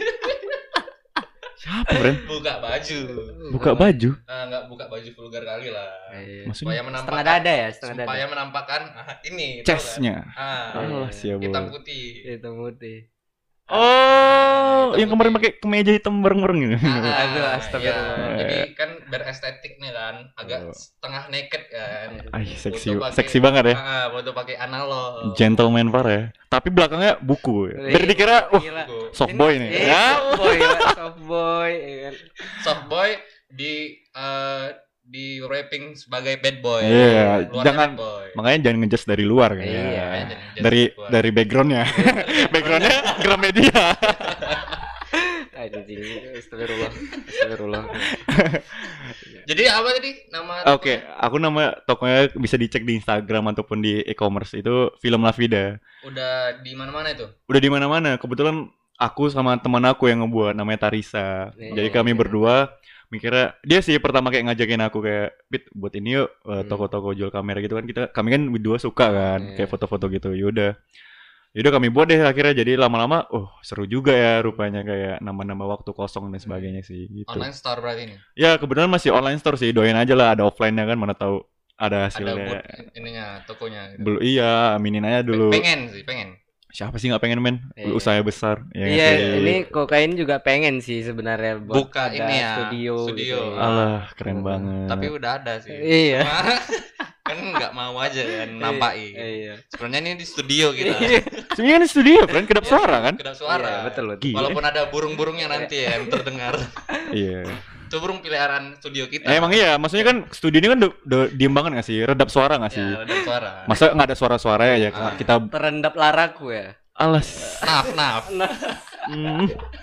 Speaker 1: Siapa, friend?
Speaker 3: buka baju.
Speaker 1: Buka baju.
Speaker 3: Ah, nggak buka baju vulgar kali lah.
Speaker 2: Iya.
Speaker 3: Supaya
Speaker 1: Maksudnya
Speaker 2: Setengah
Speaker 3: menampakkan
Speaker 2: dada ya, setengah dada.
Speaker 3: supaya menampakkan ah, ini tahu
Speaker 1: chestnya.
Speaker 3: kan? Ah,
Speaker 1: Allah, siap,
Speaker 3: hitam
Speaker 1: Bu.
Speaker 3: putih.
Speaker 2: Hitam putih.
Speaker 1: Oh,
Speaker 3: Hitam
Speaker 1: yang kemarin
Speaker 3: putih.
Speaker 1: pakai kemeja hitam bareng-bareng gitu.
Speaker 3: Ah,
Speaker 2: Aduh,
Speaker 3: iya.
Speaker 2: astagfirullah.
Speaker 3: Jadi kan berestetiknya kan agak
Speaker 1: Oh.
Speaker 3: setengah naked kan.
Speaker 1: Ay, seksi,
Speaker 3: Foto pakai-
Speaker 1: seksi banget ya.
Speaker 3: Ah, foto pakai analog.
Speaker 1: Gentleman parah ya. Tapi belakangnya buku.
Speaker 2: Iya.
Speaker 1: Dari dikira, uh,
Speaker 2: Gila.
Speaker 1: soft boy nih.
Speaker 2: Eh,
Speaker 1: Ya.
Speaker 2: soft boy, ya, soft boy. ya kan.
Speaker 3: Soft boy di eh, di wrapping sebagai bad boy.
Speaker 1: Iya,
Speaker 3: Luarnya
Speaker 1: jangan-
Speaker 3: bad boy.
Speaker 1: Makanya jangan ngejudge dari luar kan.
Speaker 2: Iya.
Speaker 1: ya.
Speaker 3: Makanya jangan ngejudge
Speaker 1: Dari
Speaker 3: dari luar.
Speaker 1: dari backgroundnya. backgroundnya Gramedia.
Speaker 2: Aduh, jing. Astagfirullah. Astagfirullah.
Speaker 3: Jadi apa tadi nama?
Speaker 1: Oke, aku nama tokonya bisa dicek di Instagram ataupun di e-commerce itu Film La Vida.
Speaker 3: Udah di mana-mana itu?
Speaker 1: Udah di mana-mana. Kebetulan aku sama teman aku yang ngebuat namanya Tarisa.
Speaker 2: Iya,
Speaker 1: Jadi kami
Speaker 2: iya.
Speaker 1: berdua mikirnya dia sih pertama kayak ngajakin aku kayak Pit buat ini yuk eh,
Speaker 2: Hmm.
Speaker 1: toko-toko jual kamera gitu kan kita kami kan berdua suka kan
Speaker 2: Iya.
Speaker 1: kayak foto-foto gitu. Yaudah. Yaudah kami buat deh akhirnya jadi lama-lama oh seru juga ya rupanya kayak nambah-nambah waktu kosong dan sebagainya sih gitu.
Speaker 3: Online store berarti ini.
Speaker 1: Ya kebetulan masih online store sih doain aja lah ada offline-nya kan mana tahu
Speaker 3: Ada
Speaker 1: ada hasilnya.
Speaker 3: booth ininya, tokonya. gitu.
Speaker 1: Belum iya aminin aja
Speaker 3: Pe-
Speaker 1: dulu.
Speaker 3: Pengen sih, pengen.
Speaker 1: Siapa sih nggak pengen men?
Speaker 2: Iya.
Speaker 1: Usaha besar. Ya nggak
Speaker 2: Iya,
Speaker 1: sih?
Speaker 2: ini kokain juga pengen sih sebenarnya buat
Speaker 3: Buka
Speaker 2: ada
Speaker 3: ini ya,
Speaker 2: studio.
Speaker 3: studio.
Speaker 2: gitu ya.
Speaker 1: Alah keren banget.
Speaker 3: Tapi udah ada sih.
Speaker 2: Iya.
Speaker 3: Cuma kan nggak mau aja kan nampai.
Speaker 2: Iya.
Speaker 3: Sebenarnya ini di studio kita.
Speaker 2: Iya.
Speaker 1: Sebenarnya kan di studio friend kedap suara kan?
Speaker 3: Kedap suara.
Speaker 2: Iya, betul betul.
Speaker 1: Gila.
Speaker 3: Walaupun ada burung-burungnya nanti ya yang terdengar.
Speaker 1: Iya.
Speaker 3: Itu burung peliharaan studio kita.
Speaker 1: Eh, emang iya, maksudnya kan studio ini kan udah, udah diem banget nggak sih? Redap suara nggak sih?
Speaker 3: Ya, ada suara.
Speaker 1: Masa nggak ada suara-suara ya?
Speaker 3: Ah.
Speaker 1: Kita
Speaker 2: Terendap laraku ya.
Speaker 1: alas.
Speaker 3: Naf, naf.
Speaker 1: Hmm.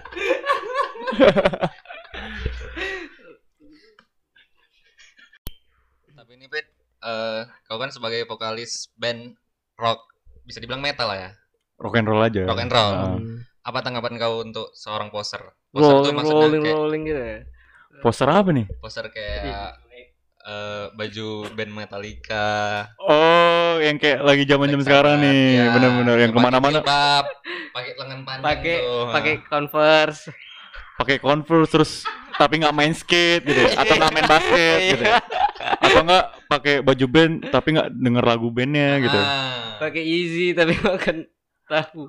Speaker 3: Tapi ini Pit, eh kau kan sebagai vokalis band rock, bisa dibilang metal lah ya.
Speaker 1: Rock and roll aja.
Speaker 3: Rock and roll.
Speaker 1: Ah.
Speaker 3: Apa tanggapan kau untuk seorang poser? Poser tuh
Speaker 2: Rolling
Speaker 3: maksudnya
Speaker 2: rolling
Speaker 3: kayak
Speaker 2: rolling gitu ya.
Speaker 1: Poster apa nih?
Speaker 3: poser kayak eh, baju band Metallica.
Speaker 1: Oh, yang kayak lagi zaman-zaman
Speaker 3: Black
Speaker 1: sekarang
Speaker 3: Sabbath,
Speaker 1: nih,
Speaker 3: ya.
Speaker 1: benar-benar yang
Speaker 3: Pakai
Speaker 1: kemana-mana
Speaker 3: jilbab, pakai lengan panjang
Speaker 2: Pakai
Speaker 3: tuh.
Speaker 2: pakai Converse.
Speaker 1: pakai Converse terus tapi nggak main skate gitu ya, atau nggak main basket gitu ya. Atau nggak pakai baju band tapi nggak denger lagu bandnya gitu.
Speaker 3: Ah.
Speaker 2: Pakai Easy tapi makan tahu.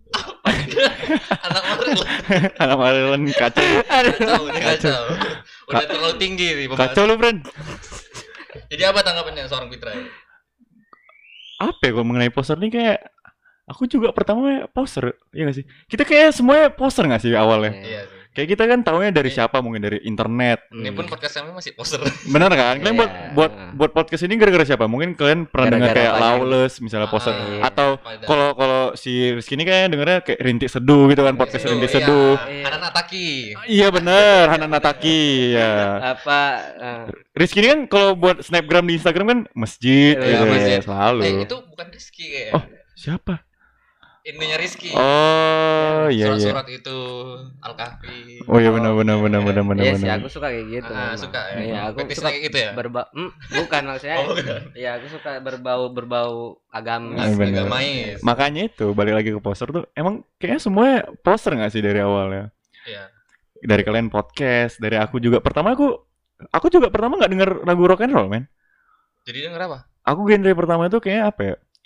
Speaker 3: Anak Maril.
Speaker 1: Anak Maryland kacau.
Speaker 3: Kacau, ini kacau. Udah terlalu tinggi nih pembahasan.
Speaker 1: Kacau lu, friend.
Speaker 3: Jadi apa tanggapannya seorang Fitra?
Speaker 1: Apa ya kalau mengenai poster nih kayak aku juga pertama poster, ya nggak sih? Kita kayak semuanya poster nggak sih awalnya?
Speaker 3: Iya sih.
Speaker 1: Kayak kita kan taunya dari
Speaker 3: Iya.
Speaker 1: siapa? Mungkin dari internet.
Speaker 3: Ini pun podcast kami masih poser.
Speaker 1: Benar kan? Kalian buat
Speaker 2: Iya.
Speaker 1: buat buat podcast ini gara-gara siapa? Mungkin kalian pernah dengar
Speaker 2: Gara-gara
Speaker 1: kayak
Speaker 2: banyak.
Speaker 1: Lawless misalnya poster
Speaker 3: Ah,
Speaker 1: atau
Speaker 3: pada-
Speaker 1: kalau kalau si Rizky ini kayak dengernya kayak Rintik Seduh gitu kan, podcast
Speaker 3: Seduh,
Speaker 1: Rintik
Speaker 3: iya.
Speaker 1: Seduh.
Speaker 3: Anak Nataki.
Speaker 1: Iya bener, Hanan Nataki ya.
Speaker 2: Apa eh,
Speaker 1: Rizky ini kan kalau buat snapgram di Instagram kan masjid,
Speaker 2: Iya,
Speaker 1: gitu ya,
Speaker 3: masjid.
Speaker 1: selalu.
Speaker 3: Eh itu bukan Rizky kayak.
Speaker 1: Oh, siapa?
Speaker 3: Ininya Rizky.
Speaker 1: Oh iya iya.
Speaker 3: Surat-surat itu Al-Kahfi.
Speaker 1: Oh iya benar benar benar benar benar
Speaker 2: iya sih
Speaker 1: benar.
Speaker 2: aku suka kayak gitu.
Speaker 3: Ah,
Speaker 2: memang.
Speaker 3: suka ya.
Speaker 2: Iya, aku
Speaker 3: Fetis
Speaker 2: suka
Speaker 3: kayak gitu ya.
Speaker 2: berba hmm, bukan maksudnya.
Speaker 3: Oh, bukan.
Speaker 2: Iya, aku suka berbau berbau agamis.
Speaker 1: Ah, bener.
Speaker 3: Agamais.
Speaker 1: Makanya itu balik lagi ke poster tuh emang kayaknya semuanya poster nggak sih dari awalnya?
Speaker 3: Iya.
Speaker 1: Dari kalian podcast, dari aku juga. Pertama aku aku juga pertama nggak denger lagu rock and roll, men.
Speaker 3: Jadi denger apa?
Speaker 1: Aku genre pertama itu kayak apa ya?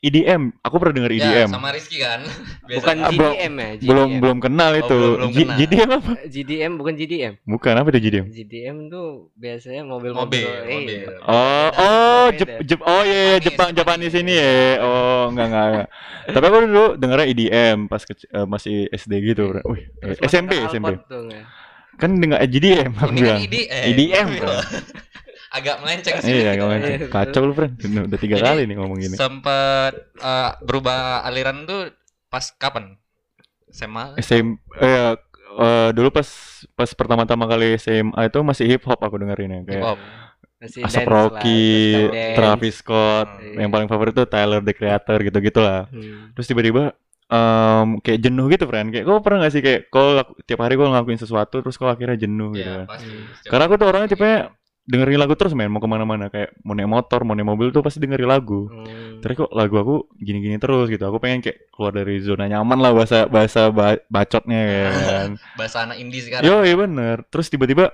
Speaker 1: E D M, aku pernah denger E D M.
Speaker 3: Ya, sama Rizky kan.
Speaker 2: Bukan
Speaker 1: Ah,
Speaker 2: G D
Speaker 1: bro,
Speaker 2: M ya, G D M.
Speaker 1: belum belum kenal
Speaker 3: Oh,
Speaker 1: itu.
Speaker 3: belum- belum
Speaker 1: G-
Speaker 3: kenal.
Speaker 1: G D M apa?
Speaker 2: G D M bukan G D M.
Speaker 1: Bukan, apa itu G D M?
Speaker 2: G D M tuh biasanya mobil-mobil.
Speaker 3: Mobil,
Speaker 2: eh,
Speaker 3: mobil.
Speaker 1: Oh,
Speaker 2: beda.
Speaker 1: oh,
Speaker 2: Beda.
Speaker 1: Jep, Jep, oh iya, iya,
Speaker 3: Japanese,
Speaker 1: Jepang,
Speaker 3: Japanese.
Speaker 1: Japanese ini ya. Oh, enggak, enggak, enggak. Tapi aku dulu dengernya E D M pas kecil, eh, masih S D gitu, bro. Wih,
Speaker 2: Terus
Speaker 1: S M P,
Speaker 2: masuk ke
Speaker 1: S M P.
Speaker 2: Alphard tuh, nggak?
Speaker 1: Kan dengar G D M aku
Speaker 3: Ini kan
Speaker 1: bilang.
Speaker 3: E D M.
Speaker 1: E D M, bro.
Speaker 3: Agak melenceng sih.
Speaker 1: Iya, enggak
Speaker 2: Iya,
Speaker 1: macam.
Speaker 2: betul.
Speaker 1: Kacau lu, friend. Udah udah tiga
Speaker 3: Jadi,
Speaker 1: kali nih ngomong gini.
Speaker 3: Sempat eh, berubah aliran tuh pas kapan? S M A?
Speaker 1: S M eh, eh, dulu pas pas pertama-tama kali S M A itu masih hip hop aku dengerin ya,
Speaker 3: Hip
Speaker 1: kayak
Speaker 3: hop.
Speaker 2: Masih
Speaker 1: Asap
Speaker 2: dance lah,
Speaker 1: Rocky,
Speaker 2: terus dance.
Speaker 1: Travis Scott,
Speaker 3: Hmm.
Speaker 1: yang paling favorit tuh Tyler the Creator gitu-gitu lah.
Speaker 2: Hmm.
Speaker 1: Terus tiba-tiba em, kayak jenuh gitu, friend. Kayak kau pernah gak sih kayak kau laku- tiap hari kau ngelakuin sesuatu terus kau akhirnya jenuh gitu
Speaker 3: Iya,
Speaker 1: kan.
Speaker 3: pasti.
Speaker 1: Karena aku tuh orangnya tipenya dengerin lagu terus, men, mau kemana-mana, kayak mau naik motor, mau naik mobil tuh pasti dengerin lagu.
Speaker 2: Hmm.
Speaker 1: Terus kok lagu aku gini-gini terus gitu. Aku pengen kayak keluar dari zona nyaman lah, bahasa bahasa ba- bacotnya kan.
Speaker 3: Bahasa anak indie sekarang.
Speaker 1: Yo, iya bener. Terus tiba-tiba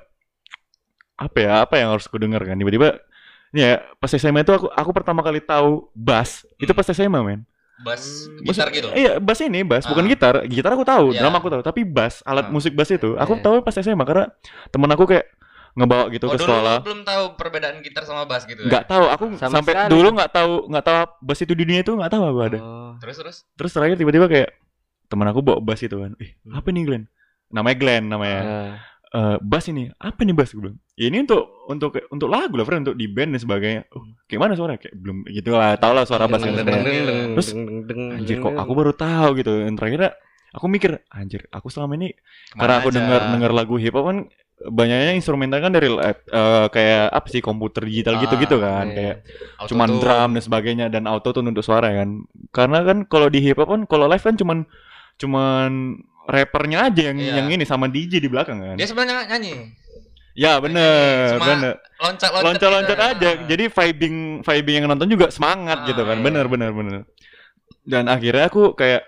Speaker 1: apa ya? Apa yang harus aku denger kan? Tiba-tiba ini ya, pas S M A itu aku aku pertama kali tahu bass. Itu pas S M A, men.
Speaker 3: Bass
Speaker 2: Hmm.
Speaker 3: gitar
Speaker 1: Maksud-
Speaker 3: gitu.
Speaker 1: Iya, bass ini, bass, bukan
Speaker 3: Ah.
Speaker 1: gitar. Gitar aku tahu,
Speaker 3: Iya.
Speaker 1: drum aku tahu, tapi bass, alat
Speaker 3: Ah.
Speaker 1: musik bass itu aku
Speaker 2: Iya.
Speaker 1: tahu pas S M A karena temen aku kayak ngebawa gitu
Speaker 3: Oh,
Speaker 1: ke
Speaker 3: dulu
Speaker 1: sekolah.
Speaker 3: belum tahu perbedaan gitar sama bass gitu. ya?
Speaker 1: Nggak tahu, aku
Speaker 2: Sama
Speaker 1: sampai
Speaker 2: sekali.
Speaker 1: dulu nggak tahu nggak tahu bass itu di dunia itu nggak tahu aku ada.
Speaker 2: Oh.
Speaker 3: Terus terus.
Speaker 1: Terus terakhir tiba-tiba kayak temen aku bawa bass itu kan. Ih,
Speaker 2: Hmm.
Speaker 1: apa nih Glenn? Namanya Glenn namanya.
Speaker 2: Ah.
Speaker 1: Eh, bass ini, apa nih bass gue bilang? Ya ini untuk untuk untuk lagu lah, friend, untuk di band dan sebagainya. Oh, kayak mana suara? Kayak belum gitu lah, tau lah suara bass
Speaker 3: Deng,
Speaker 1: gitu.
Speaker 3: deng,
Speaker 1: Terus,
Speaker 3: deng, deng,
Speaker 2: Terus
Speaker 1: anjir kok aku baru tahu gitu. Dan terakhirnya aku mikir, anjir, aku selama ini
Speaker 3: Kemana
Speaker 1: karena aku
Speaker 3: aja?
Speaker 1: dengar dengar lagu hip hop kan banyaknya instrumental kan dari lab- eh, kayak apa sih, komputer digital
Speaker 3: Ah,
Speaker 1: gitu-gitu kan,
Speaker 2: iya.
Speaker 1: kayak
Speaker 3: Auto
Speaker 1: cuman
Speaker 3: tune.
Speaker 1: drum dan sebagainya dan auto tune untuk suara kan. Karena kan kalau di hip hop kan kalau live kan cuman cuman rappernya aja yang
Speaker 3: Iya.
Speaker 1: yang ini sama D J di belakang kan.
Speaker 3: Dia sebenarnya nyanyi.
Speaker 1: Ya bener,
Speaker 3: Cuma
Speaker 1: bener.
Speaker 3: Loncat-loncat.
Speaker 1: Loncat-loncat
Speaker 3: gitu.
Speaker 1: aja. Jadi vibing vibing yang nonton juga semangat
Speaker 3: Ah,
Speaker 1: gitu kan.
Speaker 3: iya.
Speaker 1: Bener bener bener. Dan akhirnya aku kayak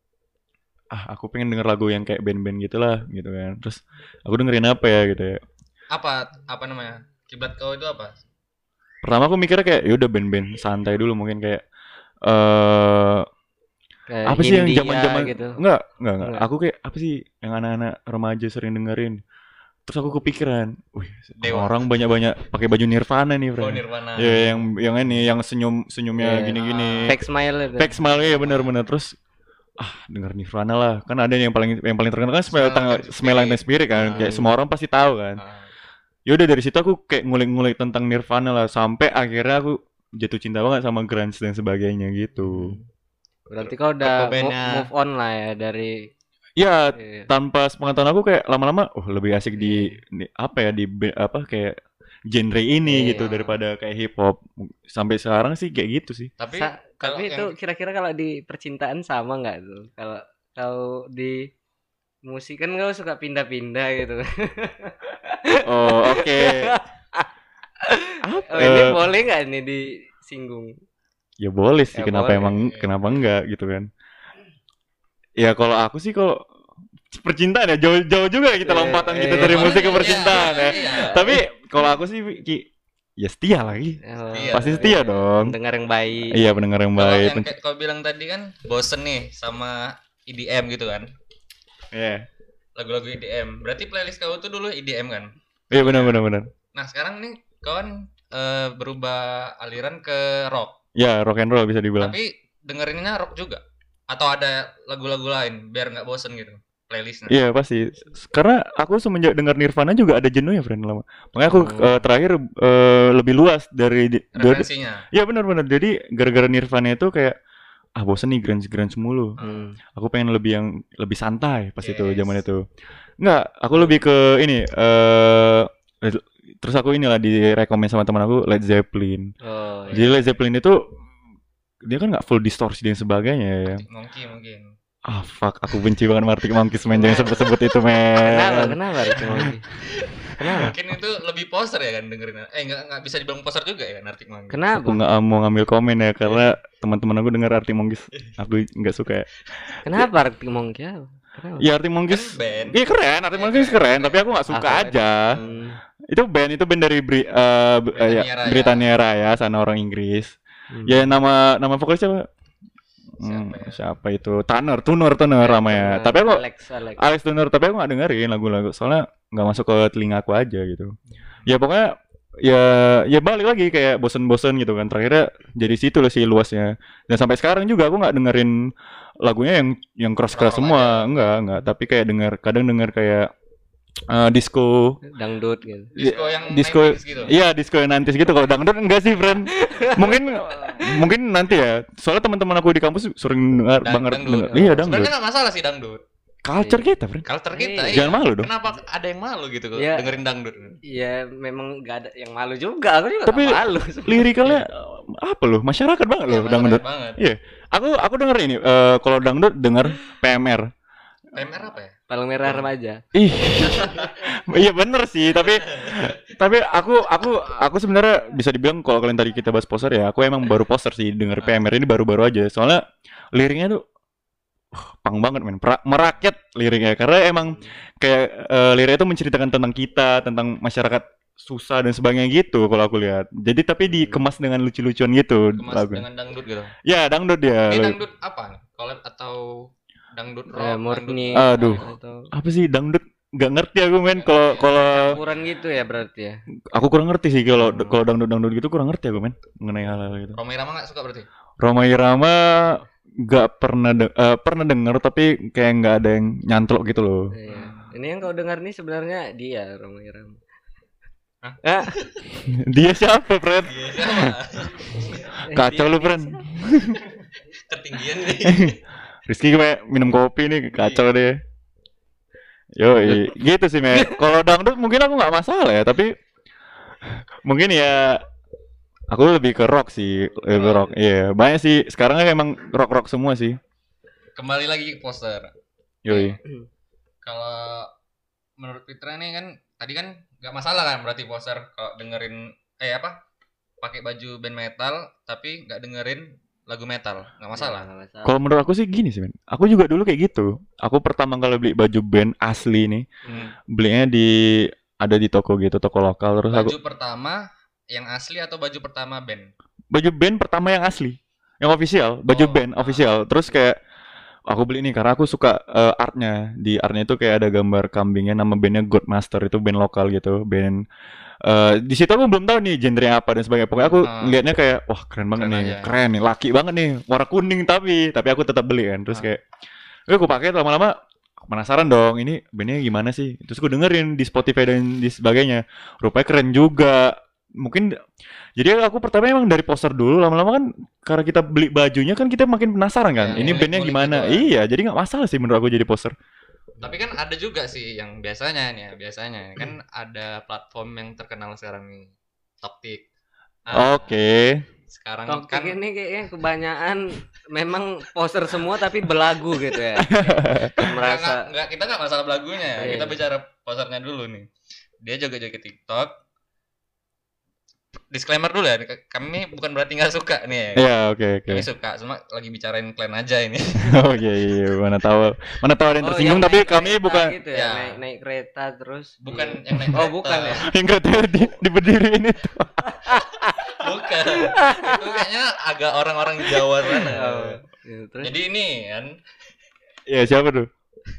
Speaker 1: ah aku pengen denger lagu yang kayak band-band gitu lah gitu kan. Terus aku dengerin apa ya gitu ya.
Speaker 3: apa apa namanya? Kiblat kau itu apa?
Speaker 1: Pertama aku mikirnya kayak ya udah band-band santai dulu mungkin kayak eh
Speaker 2: Kayak
Speaker 1: apa sih yang
Speaker 2: Hindia
Speaker 1: zaman-zaman
Speaker 2: gitu.
Speaker 1: enggak, enggak, enggak.
Speaker 2: Enggak.
Speaker 1: Aku kayak apa sih yang anak-anak remaja sering dengerin. Terus aku kepikiran, wih,
Speaker 3: Dewa.
Speaker 1: orang banyak-banyak pakai baju Nirvana nih,
Speaker 3: Oh,
Speaker 1: friend.
Speaker 3: Nirvana.
Speaker 1: Ya yang yang ini yang senyum senyumnya
Speaker 2: Iya.
Speaker 1: gini-gini.
Speaker 2: Fake smile itu.
Speaker 1: Fake smile ya benar-benar. Terus ah denger Nirvana lah. Kan ada yang paling yang paling terkenal kan Smell
Speaker 3: Smell
Speaker 1: Tang-
Speaker 3: Like Teen
Speaker 1: Smell Like Teen
Speaker 3: Spirit.
Speaker 1: Spirit kan.
Speaker 3: Ah.
Speaker 1: Kayak semua orang pasti tahu kan.
Speaker 3: Ah.
Speaker 1: Ya udah dari situ aku kayak ngulik-ngulik tentang Nirvana lah sampai akhirnya aku jatuh cinta banget sama grunge dan sebagainya gitu.
Speaker 2: Berarti kau udah
Speaker 3: Toko
Speaker 2: move,
Speaker 3: bandnya.
Speaker 2: move on lah ya dari
Speaker 1: Ya
Speaker 2: eh,
Speaker 1: tanpa sepengetahuan aku kayak lama-lama oh lebih asik di, di apa ya di be- apa kayak genre ini
Speaker 2: Iya.
Speaker 1: gitu daripada kayak hip hop. Sampai sekarang sih kayak gitu sih.
Speaker 3: Tapi
Speaker 2: sa-
Speaker 3: kalau
Speaker 2: tapi itu
Speaker 3: yang-
Speaker 2: kira-kira kalau di percintaan sama nggak tuh? Kalau kalau di musik kan kau suka pindah-pindah gitu.
Speaker 1: Oh oke. Apa?
Speaker 2: Oh, ini
Speaker 1: Eh,
Speaker 2: boleh nggak ini disinggung?
Speaker 1: Ya boleh sih,
Speaker 2: Ya
Speaker 1: kenapa
Speaker 2: boleh.
Speaker 1: emang kenapa enggak gitu kan. Ya kalau aku sih kalau percintaan ya jauh-jauh juga kita
Speaker 2: Eh,
Speaker 1: lompatan
Speaker 2: eh,
Speaker 1: kita
Speaker 2: eh,
Speaker 1: dari
Speaker 3: Boleh,
Speaker 1: musik ke
Speaker 3: iya,
Speaker 1: percintaan ya.
Speaker 3: iya.
Speaker 1: Tapi kalau aku sih Ki, ya setia lagi.
Speaker 2: Oh,
Speaker 3: Iya,
Speaker 1: Pasti setia dong.
Speaker 2: Dengar yang baik.
Speaker 1: Iya pendengar yang
Speaker 3: Kalau
Speaker 1: baik.
Speaker 3: yang kayak kau bilang tadi kan bosen nih sama E D M gitu kan.
Speaker 1: Iya.
Speaker 3: Lagu-lagu E D M. Berarti playlist kau tuh dulu E D M kan?
Speaker 1: Iya benar benar benar.
Speaker 3: Nah, sekarang nih kau kan eh, berubah aliran ke rock.
Speaker 1: Ya rock and roll bisa dibilang.
Speaker 3: Tapi dengerinnya rock juga. Atau ada lagu-lagu lain biar nggak bosen gitu playlistnya.
Speaker 1: Iya pasti. Karena aku semenjak dengar Nirvana juga ada jenuhnya friend lama. Makanya aku
Speaker 2: Oh.
Speaker 1: eh, terakhir eh, lebih luas dari dari-
Speaker 3: Referensinya.
Speaker 1: Iya benar-benar. Jadi gara-gara Nirvana itu kayak ah bosen nih grunge-grunge mulu.
Speaker 2: Hmm.
Speaker 1: Aku pengen lebih yang lebih santai pas itu
Speaker 3: Yes.
Speaker 1: zaman itu. Enggak, aku lebih ke ini eh terus aku inilah direkomend sama teman aku Led Zeppelin.
Speaker 2: Oh,
Speaker 1: Jadi Led Zeppelin itu dia kan nggak full distorsi dan sebagainya ya.
Speaker 3: Monkey mungkin.
Speaker 1: Ah fuck, aku benci banget sama Arctic Monkeys men, jangan sebut-sebut itu
Speaker 2: Kenapa?
Speaker 1: men.
Speaker 2: Kenapa Ricky Monkey? Kenapa?
Speaker 3: Mungkin itu lebih poser ya kan dengerin. Eh nggak nggak bisa dibilang poser juga ya kan Arctic Monkey.
Speaker 2: Kenapa?
Speaker 1: Aku nggak mau ngambil komen ya karena teman-teman aku dengar Arctic Monkeys, aku nggak suka.
Speaker 2: Kenapa Ricky Monkey? Kenapa?
Speaker 1: Ya Arctic Monkeys,
Speaker 3: Kan band.
Speaker 1: iya keren, Arctic Monkeys keren, tapi aku nggak suka
Speaker 2: Aku-
Speaker 1: aja.
Speaker 2: Hmm.
Speaker 1: Itu band itu band dari Bri, eh, b- eh, ya,
Speaker 3: Britania Raya.
Speaker 1: Britania Raya, sana orang Inggris.
Speaker 2: Hmm.
Speaker 1: Ya nama nama vokalisnya apa? Hmm,
Speaker 3: Siapa ya?
Speaker 1: siapa itu? Tanner, Tunor, Tunor namanya.
Speaker 2: Nah,
Speaker 1: Tapi aku
Speaker 2: Alex Alex
Speaker 1: Alex Tunor, tapi aku nggak dengerin lagu-lagu soalnya nggak masuk ke telinga aku aja gitu. Ya pokoknya ya ya balik lagi kayak bosen-bosen gitu kan. Terakhirnya jadi situ loh sih luasnya. Dan sampai sekarang juga aku nggak dengerin lagunya yang yang keras-keras
Speaker 3: Rock-rock
Speaker 1: semua,
Speaker 3: aja.
Speaker 1: enggak enggak. Tapi kayak denger kadang denger kayak eh, disco.
Speaker 2: dangdut gitu.
Speaker 3: Disco yang
Speaker 1: Disco,
Speaker 3: sembilan puluh gitu.
Speaker 1: iya disco yang nanti gitu. Kalau dangdut enggak sih, friend. Mungkin mungkin nanti ya. Soalnya teman-teman aku di kampus sering dengar
Speaker 3: Dan-
Speaker 1: banget
Speaker 3: dangdut.
Speaker 1: denger. Iya
Speaker 3: Sebenarnya
Speaker 1: dangdut.
Speaker 3: nggak masalah sih dangdut.
Speaker 1: Culture kita, friend.
Speaker 3: Culture kita.
Speaker 2: Iya.
Speaker 3: iya.
Speaker 1: Jangan malu dong.
Speaker 3: Kenapa ada yang malu gitu kalau
Speaker 2: Iya.
Speaker 3: dengerin dangdut?
Speaker 2: Ya memang gak ada yang malu juga. Aku juga
Speaker 1: Tapi
Speaker 2: gak malu.
Speaker 1: Lirikalnya apa loh? Masyarakat banget loh
Speaker 3: Iya,
Speaker 1: dangdut.
Speaker 3: banget.
Speaker 1: Iya. Aku aku denger ini eh, kalau dangdut denger P M R.
Speaker 3: P M R apa ya?
Speaker 2: Paling merah remaja.
Speaker 1: Ih. Iya bener sih, tapi tapi aku aku aku sebenarnya bisa dibilang kalau kalian tadi kita bahas poster ya, aku emang baru poster sih denger P M R ini baru-baru aja. Soalnya liriknya tuh uh, pang banget men, Pra- merakyat liriknya karena emang kayak eh, liriknya itu menceritakan tentang kita, tentang masyarakat susah dan sebagainya gitu kalau aku lihat. Jadi tapi dikemas dengan lucu-lucuan gitu
Speaker 3: Kemas
Speaker 1: lagunya.
Speaker 3: dengan dangdut gitu.
Speaker 1: Ya, dangdut dia.
Speaker 3: Ini dangdut apa nih? Collab atau dangdut rock?
Speaker 2: Ya, murni.
Speaker 1: Aduh.
Speaker 2: Atau
Speaker 1: Apa sih dangdut? Nggak ngerti aku men kalau kalau
Speaker 2: campuran gitu ya berarti ya.
Speaker 1: aku kurang ngerti sih kalau kalau dangdut-dangdut gitu kurang ngerti aku men mengenai hal-hal gitu.
Speaker 3: Roma Irama nggak suka berarti?
Speaker 1: Roma Irama nggak pernah de- eh, pernah denger tapi kayak nggak ada yang nyantlok gitu loh.
Speaker 2: Iya. Ini yang kau dengar nih sebenarnya dia Roma Irama.
Speaker 3: Hah?
Speaker 2: Ah,
Speaker 1: Dia siapa, Fred?
Speaker 3: Iya sama.
Speaker 1: Kacau
Speaker 2: dia-
Speaker 1: lu, Fred.
Speaker 3: Ketinggian nih.
Speaker 1: Rizky kayak minum kopi nih, kacau deh. Yo, gitu sih, Me. Kalau dangdut mungkin aku nggak masalah ya, tapi mungkin ya aku lebih ke rock sih, lebih ke rock. Iya, banyak sih. Sekarang kan emang rock-rock semua sih.
Speaker 3: Kembali lagi ke poster.
Speaker 1: Yoi.
Speaker 3: Kalau menurut Fitra nih kan tadi kan nggak masalah kan berarti poster kalau dengerin eh apa pakai baju band metal tapi nggak dengerin lagu metal nggak masalah.
Speaker 2: Nggak masalah.
Speaker 1: Kalau menurut aku sih gini sih, men. Aku juga dulu kayak gitu. Aku pertama kali beli baju band asli nih,
Speaker 3: Hmm.
Speaker 1: belinya di ada di toko gitu, toko lokal. Terus aku
Speaker 3: Baju pertama yang asli atau baju pertama band?
Speaker 1: baju band pertama yang asli, yang official, baju
Speaker 3: Oh,
Speaker 1: band
Speaker 3: ah.
Speaker 1: official. Terus kayak aku beli ini karena aku suka eh, artnya. Di artnya itu kayak ada gambar kambingnya, nama bandnya Godmaster, itu band lokal gitu, band. eh, di situ aku belum tahu nih genre apa dan sebagainya. Pokoknya aku
Speaker 3: Ah.
Speaker 1: ngelihatnya kayak wah keren banget
Speaker 3: Keren
Speaker 1: nih,
Speaker 3: aja.
Speaker 1: keren nih, laki banget nih, warna kuning tapi tapi aku tetap beli kan. Terus
Speaker 3: Ah.
Speaker 1: kayak, eh aku pakai lama-lama penasaran dong, ini bandnya gimana sih? Terus aku dengerin di Spotify dan di sebagainya. Rupanya keren juga. Mungkin jadi aku pertama emang dari poster dulu, lama-lama kan karena kita beli bajunya kan kita makin penasaran kan.
Speaker 3: Ya,
Speaker 1: ini bandnya
Speaker 3: ngulik-ngulik
Speaker 1: gimana?
Speaker 3: gitu kan.
Speaker 1: Iya, jadi nggak masalah sih menurut aku jadi poster.
Speaker 3: Tapi kan ada juga sih yang biasanya nih ya, biasanya kan ada platform yang terkenal sekarang nih, Toktik. Ah,
Speaker 1: Oke.
Speaker 3: Sekarang
Speaker 2: Toktik
Speaker 3: kan
Speaker 2: ini kayaknya kebanyakan memang poster semua tapi belagu gitu ya.
Speaker 3: Nggak,
Speaker 2: Merasa
Speaker 3: nggak, nggak, kita nggak masalah belagunya ya.
Speaker 2: Iya.
Speaker 3: Kita bicara posernya dulu nih. Dia joget-joget TikTok. Disclaimer dulu ya, kami bukan berarti nggak suka nih ya.
Speaker 1: Iya, oke oke.
Speaker 3: Kami suka, cuma lagi bicarain klan aja ini.
Speaker 1: Oh iya iya, mana tahu mana tahu ada yang
Speaker 2: Oh,
Speaker 1: tersinggung
Speaker 2: yang
Speaker 1: tapi
Speaker 2: naik
Speaker 1: kami
Speaker 2: kereta
Speaker 1: bukan
Speaker 2: gitu ya,
Speaker 3: Ya.
Speaker 2: naik naik kereta terus
Speaker 3: Bukan
Speaker 2: di-
Speaker 3: yang naik
Speaker 2: Oh,
Speaker 3: kereta.
Speaker 2: bukan ya.
Speaker 1: yang nggak tahu di, di berdiri ini tuh.
Speaker 3: Bukan. Itu kayaknya agak orang-orang Jawa sana.
Speaker 2: Oh, ya, terus
Speaker 3: Jadi ini kan
Speaker 1: Iya, siapa tuh?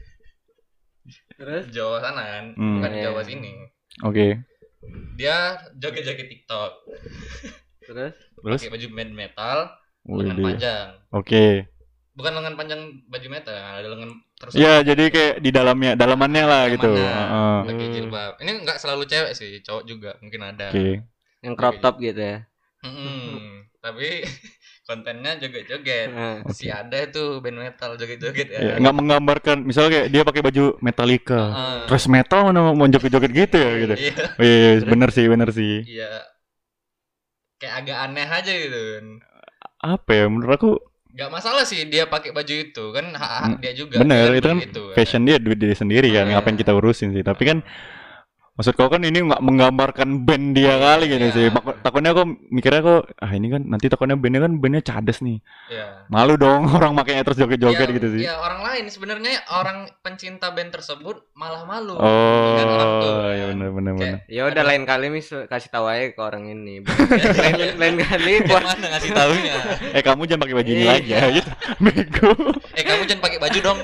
Speaker 2: terus
Speaker 3: Jawa sana kan,
Speaker 1: Hmm.
Speaker 3: bukan
Speaker 2: Iya.
Speaker 3: Jawa sini.
Speaker 1: Oke.
Speaker 3: Dia joget-joget TikTok,
Speaker 2: terus
Speaker 1: Terus
Speaker 3: pakai baju band metal, lengan
Speaker 1: Widih.
Speaker 3: panjang.
Speaker 1: Oke.
Speaker 3: Bukan lengan panjang baju metal, ada lengan terus.
Speaker 1: Iya, jadi kayak di dalamnya, dalamannya lah gitu.
Speaker 3: Dalamannya.
Speaker 1: Heeh.
Speaker 3: Pakai
Speaker 2: Hmm.
Speaker 3: jilbab. Ini nggak selalu cewek sih, cowok juga mungkin ada.
Speaker 1: Oke.
Speaker 2: yang crop top gitu ya.
Speaker 3: Mm-mm. Tapi kontennya joget-joget.
Speaker 2: Nah,
Speaker 3: Si ada itu band metal joget-joget ya.
Speaker 1: Ya, nggak menggambarkan misalnya kayak dia pakai baju Metallica.
Speaker 3: Heeh.
Speaker 1: Terus metal mana mau joget-joget gitu ya gitu.
Speaker 3: Iya.
Speaker 1: Oh, iya, iya, bener sih, bener sih.
Speaker 3: Iya. Kayak agak aneh aja gitu kan.
Speaker 1: Apa ya menurut aku
Speaker 3: Gak masalah sih dia pakai baju itu kan hak-hak dia juga.
Speaker 1: bener
Speaker 3: Dia
Speaker 1: itu kan
Speaker 3: beli itu,
Speaker 1: fashion dia duit dia sendiri kan,
Speaker 3: Ah.
Speaker 1: ngapain kita urusin sih. Tapi kan Maksud kau kan ini nggak menggambarkan band dia kali gitu
Speaker 3: Iya.
Speaker 1: sih. Mak- takutnya kok mikirnya kok ah ini kan nanti takutnya bandnya kan bandnya cadas nih.
Speaker 3: Iya.
Speaker 1: Malu dong orang makanya terus joget-joget
Speaker 3: Ya,
Speaker 1: gitu sih.
Speaker 3: ya orang lain sebenarnya orang pencinta band tersebut malah malu
Speaker 1: Oh,
Speaker 3: dengan orang tua.
Speaker 1: ya benar benar benar.
Speaker 3: Kayak,
Speaker 2: Ya udah lain kali mis kasih tahu aja ke orang ini. lain, lain kali
Speaker 3: yang
Speaker 2: buat
Speaker 3: mana ngasih taunya?
Speaker 1: Eh kamu jangan pakai baju ini
Speaker 2: Iya.
Speaker 1: lagi ya gitu. Bego.
Speaker 3: Eh kamu jangan pakai baju dong.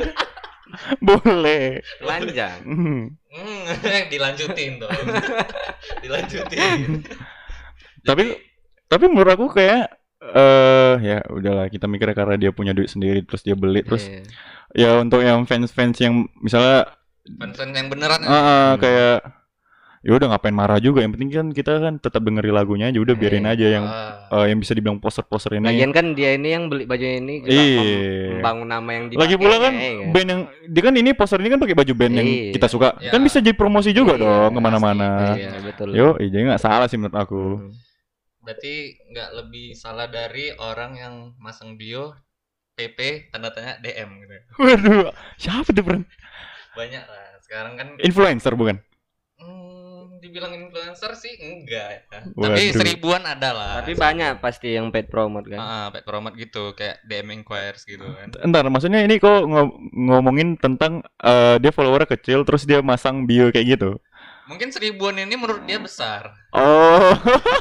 Speaker 1: Boleh.
Speaker 2: telanjang.
Speaker 1: Hmm.
Speaker 3: Hmm, dilanjutin dong. Dilanjutin.
Speaker 1: Tapi tapi menurut aku kayak eh ya udahlah kita mikirnya karena dia punya duit sendiri terus dia beli terus
Speaker 2: Iya.
Speaker 1: ya untuk yang fans-fans yang misalnya
Speaker 3: Fans yang beneran.
Speaker 1: ah, ah,
Speaker 2: Hmm.
Speaker 1: kayak ya udah ngapain marah juga, yang penting kan kita kan tetap dengerin lagunya aja, udah biarin
Speaker 2: Iya.
Speaker 1: aja yang
Speaker 3: Ah.
Speaker 1: eh, yang bisa dibilang poster-poster ini.
Speaker 2: Lagian kan dia ini yang beli baju ini juga
Speaker 1: Iya.
Speaker 2: mem- membangun nama yang dipakai.
Speaker 1: Lagi pula kan
Speaker 2: ya, kan?
Speaker 1: band yang dia kan ini poster ini kan pakai baju band yang
Speaker 2: Iya.
Speaker 1: kita suka,
Speaker 3: Iya.
Speaker 1: kan bisa jadi promosi juga
Speaker 2: Iya,
Speaker 1: dong
Speaker 3: pasti.
Speaker 1: kemana-mana.
Speaker 2: Iya, betul.
Speaker 1: Yo, iya, jadi nggak salah sih menurut aku.
Speaker 2: Hmm.
Speaker 3: Berarti nggak lebih salah dari orang yang masang bio P P tanda tanya D M gitu.
Speaker 1: Waduh, siapa tuh friend?
Speaker 3: Banyak lah. Sekarang kan
Speaker 1: Influencer bukan?
Speaker 3: hmm, dibilang influencer sih enggak ya.
Speaker 1: Waduh.
Speaker 3: Tapi seribuan ada lah.
Speaker 2: Tapi banyak pasti yang paid promote kan.
Speaker 3: Ah, paid promote gitu kayak D M inquiries gitu kan.
Speaker 1: Entar, maksudnya ini kok ngo- ngomongin tentang eh, dia followernya kecil terus dia masang bio kayak gitu.
Speaker 3: Mungkin seribuan ini menurut dia besar,
Speaker 1: Oh,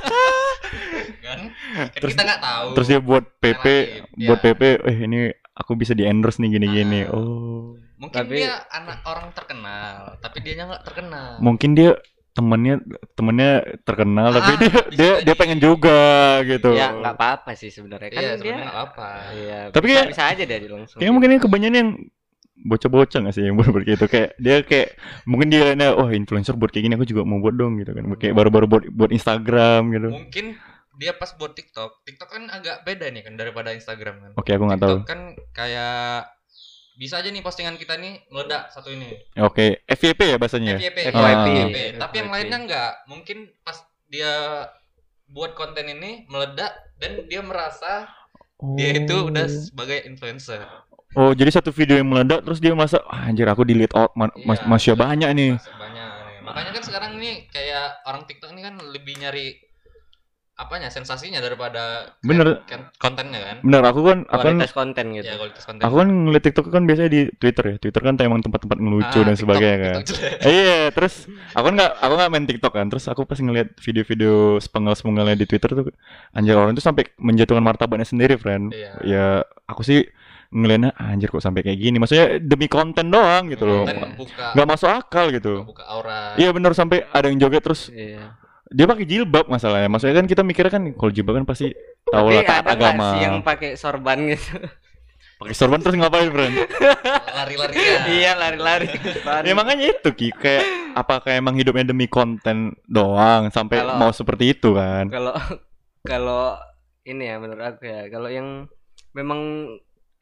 Speaker 3: kan? Kan
Speaker 1: Terus-
Speaker 3: kita nggak tahu.
Speaker 1: terus dia buat P P,
Speaker 3: Relatif,
Speaker 1: buat
Speaker 3: ya.
Speaker 1: P P, eh ini aku bisa di endorse nih gini-gini.
Speaker 3: Ah.
Speaker 1: Oh,
Speaker 3: Mungkin
Speaker 2: Tapi-
Speaker 3: dia anak orang terkenal, tapi dia nggak terkenal.
Speaker 1: mungkin dia temennya temennya terkenal tapi
Speaker 3: Ah,
Speaker 1: dia
Speaker 3: bisa
Speaker 1: dia dia
Speaker 3: jadi.
Speaker 1: pengen juga gitu.
Speaker 2: Ya nggak apa-apa sih sebenarnya kan
Speaker 3: Iya,
Speaker 2: dia.
Speaker 3: sebenarnya nggak apa.
Speaker 2: Iya.
Speaker 1: Tapi
Speaker 2: bisa,
Speaker 1: kayak-
Speaker 2: bisa aja dia langsung.
Speaker 1: Kayaknya mungkin ini kebanyakan yang bocah-bocah gak sih yang buat begitu, kayak dia kayak mungkin dia liatnya, wah influencer buat kayak gini aku juga mau buat dong gitu kan, kayak baru-baru buat buat Instagram gitu.
Speaker 3: Mungkin dia pas buat TikTok, TikTok kan agak beda nih kan daripada Instagram kan.
Speaker 1: Oke, aku nggak tahu.
Speaker 3: TikTok kan kayak bisa aja nih postingan kita nih meledak satu ini.
Speaker 1: Oke, F Y P ya bahasanya ya?
Speaker 3: F Y P,
Speaker 2: F
Speaker 3: iya,
Speaker 2: Y P.
Speaker 3: F Y P.
Speaker 2: F Y P.
Speaker 3: Tapi yang lainnya enggak. Mungkin pas dia buat konten ini meledak dan dia merasa dia itu udah sebagai influencer.
Speaker 1: Oh, jadi satu video yang meledak terus dia merasa, ah, anjir aku delete out, ma- mas-
Speaker 3: Iya,
Speaker 1: masih
Speaker 3: terus
Speaker 1: banyak nih.
Speaker 3: masih banyak nih. Makanya kan sekarang ini kayak orang TikTok ini kan lebih nyari apanya sensasinya daripada
Speaker 1: Bener.
Speaker 3: kan- kontennya kan.
Speaker 1: Bener, aku kan aku kan
Speaker 2: kualitas konten gitu.
Speaker 3: Ya kualitas konten.
Speaker 1: aku kan ngeliat TikTok kan biasanya di Twitter ya. Twitter kan emang tempat-tempat ngelucu
Speaker 3: Ah,
Speaker 1: dan
Speaker 3: TikTok-
Speaker 1: sebagainya kan.
Speaker 3: TikTok jelek.
Speaker 1: Eh, Iya, terus aku kan nggak aku nggak main TikTok kan. Terus aku pas ngeliat video-video sepenggal-sepenggalnya di Twitter tuh, anjir orang tuh sampai menjatuhkan martabatnya sendiri, friend.
Speaker 3: Iya.
Speaker 1: Ya, aku sih ngeliatnya ah, anjir kok sampai kayak gini. Maksudnya demi konten doang gitu loh.
Speaker 3: Konten buka
Speaker 1: Nggak masuk akal gitu.
Speaker 3: buka aura.
Speaker 1: Iya bener, sampai ada yang joget terus
Speaker 2: Iya.
Speaker 1: dia pakai jilbab masalahnya. Maksudnya kan kita mikirnya kan kalau jilbab kan pasti tahu
Speaker 2: Tapi
Speaker 1: lah taat
Speaker 2: ada nggak
Speaker 1: agama.
Speaker 2: sih yang pakai sorban gitu?
Speaker 1: Pakai sorban terus ngapain, friend?
Speaker 3: Lari-larian.
Speaker 2: Iya lari-lari.
Speaker 1: Ya makanya itu Ki, kayak apakah emang hidupnya demi konten doang sampai
Speaker 2: Kalau-
Speaker 1: mau seperti itu kan?
Speaker 2: Kalau kalau ini ya menurut aku ya, kalau yang memang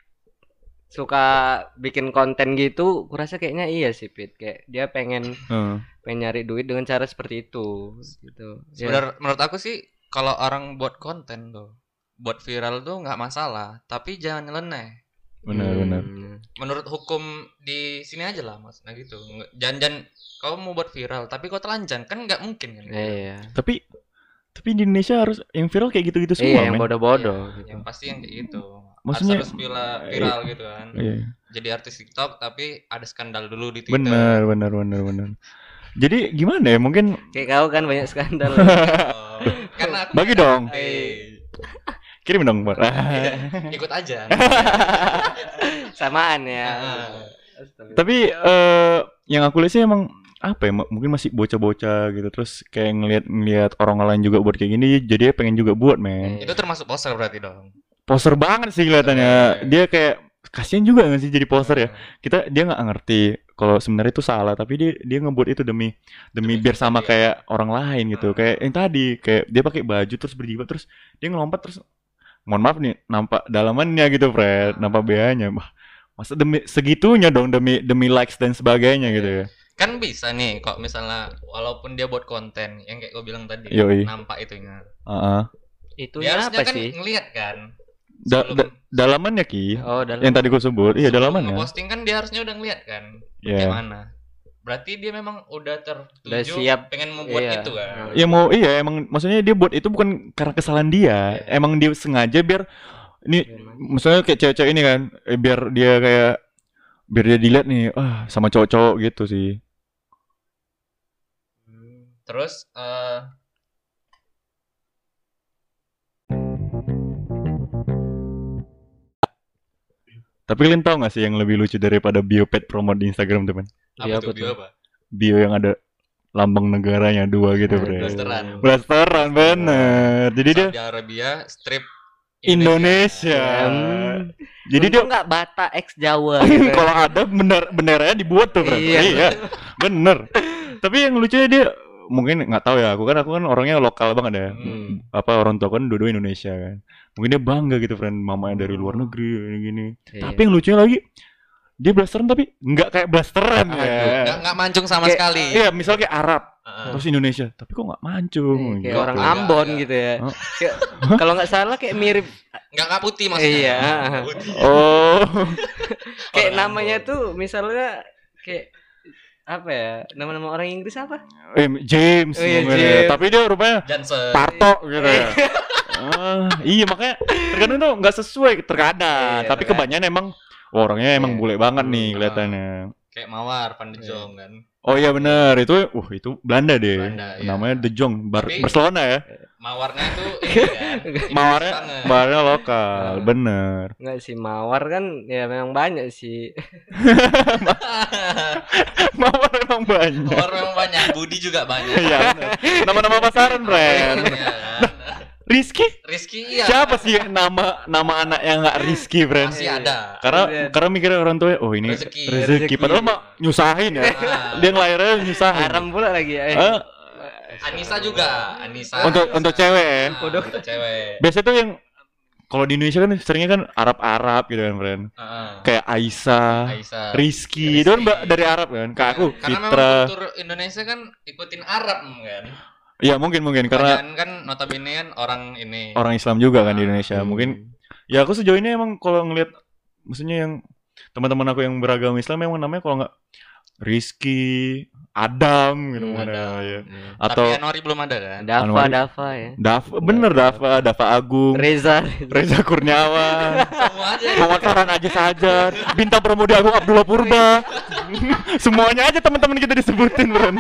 Speaker 2: suka bikin konten gitu, kurasa kayaknya iya sih Pit. Kayak dia pengen
Speaker 1: Hmm.
Speaker 2: pengen nyari duit dengan cara seperti itu gitu. Ya.
Speaker 3: Sebenar menurut aku sih kalau orang buat konten tuh, buat viral tuh nggak masalah, tapi jangan nyeleneh.
Speaker 1: Benar
Speaker 2: Hmm.
Speaker 1: benar.
Speaker 3: Menurut hukum di sini aja lah maksudnya gitu. Nggak- Jangan-jangan kau mau buat viral, tapi kau telanjang kan nggak mungkin kan?
Speaker 2: Iya.
Speaker 1: Tapi tapi di Indonesia harus yang viral kayak gitu-gitu
Speaker 2: Iya,
Speaker 1: semua,
Speaker 2: yang
Speaker 1: men.
Speaker 2: bodoh-bodoh
Speaker 3: Iya,
Speaker 2: gitu.
Speaker 3: yang pasti yang kayak gitu.
Speaker 1: Maksudnya-
Speaker 3: harus viral, viral gitu kan.
Speaker 1: Iya.
Speaker 3: Jadi artis TikTok tapi ada skandal dulu di Twitter.
Speaker 1: Benar benar benar benar. Jadi gimana ya, mungkin
Speaker 2: Kayak kau kan banyak skandal.
Speaker 3: Oh, karena aku
Speaker 1: bagi dong.
Speaker 3: Eh,
Speaker 1: Kirim dong, Bang.
Speaker 3: ikut aja.
Speaker 2: Samaan ya.
Speaker 3: Ah.
Speaker 2: Astaga.
Speaker 1: Tapi eh yang aku lihat sih emang apa ya, ma- mungkin masih bocah-bocah gitu, terus kayak ngelihat ngelihat orang lain juga buat kayak gini, jadi dia pengen juga buat, men.
Speaker 3: Itu termasuk poster berarti dong.
Speaker 1: Poser banget sih kelihatannya.
Speaker 3: Oke.
Speaker 1: Dia kayak kasihan juga nggak sih jadi poser ya. Kita dia nggak ngerti kalau sebenarnya itu salah, tapi dia dia ngebuat itu demi demi
Speaker 3: Demi
Speaker 1: biar sama
Speaker 3: dia.
Speaker 1: kayak orang lain gitu.
Speaker 3: Hmm.
Speaker 1: Kayak yang tadi, kayak dia pakai baju terus berjilbab terus dia ngelompat terus, mohon maaf nih, nampak dalamannya gitu, Fred, nampak B H-nya. Wah, masa demi segitunya dong, demi demi likes dan sebagainya gitu ya.
Speaker 3: Kan bisa nih kok misalnya walaupun dia buat konten yang kayak gue bilang tadi
Speaker 1: Yoi.
Speaker 3: nampak itunya.
Speaker 1: Heeh.
Speaker 2: Itu
Speaker 3: Dia harusnya
Speaker 2: apa
Speaker 3: kan
Speaker 2: sih?
Speaker 3: ngelihat kan.
Speaker 1: Da-
Speaker 3: Sebelum-
Speaker 1: da- dalamannya Ki,
Speaker 2: Oh, dalam
Speaker 1: yang tadi gue sebut, iya
Speaker 3: sebelum
Speaker 1: dalamannya.
Speaker 3: ngeposting kan dia harusnya udah ngelihat kan.
Speaker 1: Iya.
Speaker 3: Kayak mana. berarti dia memang udah tertuju
Speaker 2: Udah siap.
Speaker 3: pengen membuat
Speaker 2: Iya.
Speaker 3: itu kan.
Speaker 1: Ya mau iya emang maksudnya dia buat itu bukan karena kesalahan dia.
Speaker 3: Iya.
Speaker 1: Emang dia sengaja biar ini
Speaker 2: Iya,
Speaker 1: misalnya kayak cewek-cewek ini kan, eh, biar dia kayak biar dia dilihat nih, ah sama cowok-cowok gitu sih.
Speaker 3: Terus eh
Speaker 1: Tapi kalian tahu gak sih yang lebih lucu daripada bio pet promote di Instagram teman?
Speaker 3: apa
Speaker 2: Iya,
Speaker 3: tuh
Speaker 2: apa
Speaker 3: bio
Speaker 2: tuh?
Speaker 3: apa?
Speaker 1: Bio yang ada lambang negaranya dua gitu,
Speaker 2: Nah,
Speaker 1: Bre.
Speaker 3: blasteran.
Speaker 1: Blasteran bener. Jadi dia
Speaker 3: Saudi Arabia strip
Speaker 1: Indonesia.
Speaker 2: Hmm.
Speaker 1: Jadi dia
Speaker 2: Untung nggak Batak X Jawa gitu.
Speaker 1: kalau ada bener benderanya dibuat tuh, Bre.
Speaker 2: Iya.
Speaker 1: Iya. Bener. Tapi yang lucunya dia mungkin nggak tahu ya. Aku kan aku kan orangnya lokal banget ya.
Speaker 3: Hmm.
Speaker 1: Apa orang tua kan dua-dua Indonesia kan. Mungkin dia bangga gitu, friend, mamanya dari luar negeri gini-gini.
Speaker 2: Iya.
Speaker 1: Tapi yang lucunya lagi dia blasteran tapi nggak kayak blasteran
Speaker 2: Aduh,
Speaker 1: ya.
Speaker 3: Nggak nggak mancung sama
Speaker 2: Kayak-
Speaker 3: sekali.
Speaker 1: Iya, misalnya kayak Arab
Speaker 3: Heeh.
Speaker 1: terus Indonesia, tapi kok nggak mancung.
Speaker 2: Iya, kayak
Speaker 1: gitu.
Speaker 2: orang
Speaker 3: Enggak,
Speaker 2: Ambon
Speaker 3: enggak.
Speaker 2: gitu ya.
Speaker 1: Oh.
Speaker 2: Kayak- kalau nggak salah kayak mirip
Speaker 3: Nggak nggak putih maksudnya.
Speaker 2: Iya.
Speaker 3: Nggak putih.
Speaker 1: Oh.
Speaker 2: kayak
Speaker 3: Orang
Speaker 2: namanya
Speaker 3: Ambon.
Speaker 2: tuh misalnya kayak apa ya? Nama-nama orang Inggris apa?
Speaker 1: Eh, James,
Speaker 2: Oh, iya,
Speaker 1: namanya.
Speaker 2: James.
Speaker 1: Tapi dia rupanya
Speaker 3: Johnson.
Speaker 1: Parto gitu ya. Ah, iya makanya terkadang tuh nggak sesuai terkadang,
Speaker 2: Iya,
Speaker 1: tapi
Speaker 2: terkadang.
Speaker 1: kebanyakan emang wah, orangnya emang
Speaker 2: Iya.
Speaker 1: bule banget nih
Speaker 3: Hmm,
Speaker 1: kelihatannya.
Speaker 3: Kayak Mawar Van de Jong kan.
Speaker 1: Oh iya benar, itu uh itu Belanda deh.
Speaker 3: Belanda, iya.
Speaker 1: Namanya De Jong, Bar
Speaker 3: Tapi-
Speaker 1: Barcelona ya.
Speaker 3: Mawarnya tuh ini kan. Inggris
Speaker 1: Mawarnya
Speaker 3: banget.
Speaker 1: Mawarnya lokal,
Speaker 2: Ah.
Speaker 1: bener.
Speaker 2: Enggak sih, Mawar kan ya memang banyak sih.
Speaker 1: Mawar emang banyak.
Speaker 3: Mawar memang banyak, Budi juga banyak.
Speaker 1: Iya bener. Nama-nama pasaran, friend.
Speaker 3: Iya kan.
Speaker 1: Rizky?
Speaker 3: Rizky iya.
Speaker 1: Siapa sih nama nama anak yang nggak Rizky, friend?
Speaker 3: Masih ada.
Speaker 1: Karena
Speaker 2: Iya.
Speaker 1: karena mikirnya orang tua, oh ini
Speaker 3: Rezeki.
Speaker 1: rezeki.
Speaker 2: Rezeki.
Speaker 1: Padahal mah nyusahin ya.
Speaker 3: Ah.
Speaker 1: Dia ngelahirnya nyusahin.
Speaker 2: Haram pula lagi ya.
Speaker 1: Eh,
Speaker 3: Anissa juga, Anissa.
Speaker 1: untuk
Speaker 3: Anissa.
Speaker 1: untuk cewek ya.
Speaker 3: Nah, untuk cewek.
Speaker 1: Biasanya tuh yang kalau di Indonesia kan seringnya kan Arab-Arab gitu kan, friend.
Speaker 3: Heeh.
Speaker 1: Kayak Aisyah,
Speaker 3: Aisyah.
Speaker 1: Rizky,
Speaker 3: Rizky.
Speaker 1: itu kan mbak dari Arab kan. Kayak aku,
Speaker 3: Karena memang
Speaker 1: Fitra.
Speaker 3: kultur Indonesia kan ikutin Arab kan.
Speaker 1: Ya mungkin mungkin karena
Speaker 3: Kebanyakan kan notabene kan orang ini.
Speaker 1: orang Islam juga kan di
Speaker 3: Ah,
Speaker 1: Indonesia.
Speaker 2: Hmm.
Speaker 1: Mungkin ya aku sejauh ini emang kalau ngelihat maksudnya yang teman-teman aku yang beragama Islam emang namanya kalau nggak Rizky, Adam gitu
Speaker 3: Hmm,
Speaker 1: mana
Speaker 3: Adam.
Speaker 1: ya.
Speaker 2: Iya.
Speaker 1: Atau
Speaker 3: Tapi Anwari belum ada kan?
Speaker 2: Dava,
Speaker 1: Anwar-
Speaker 2: Dava ya.
Speaker 1: Dava, bener Dava, Dava Agung,
Speaker 2: Reza.
Speaker 1: Reza Kurniawan,
Speaker 3: Semua aja.
Speaker 1: Muhammad Farhan aja saja, Bintang Pramudi Agung Abdullah Purba. Semuanya aja teman-teman kita disebutin, Bro.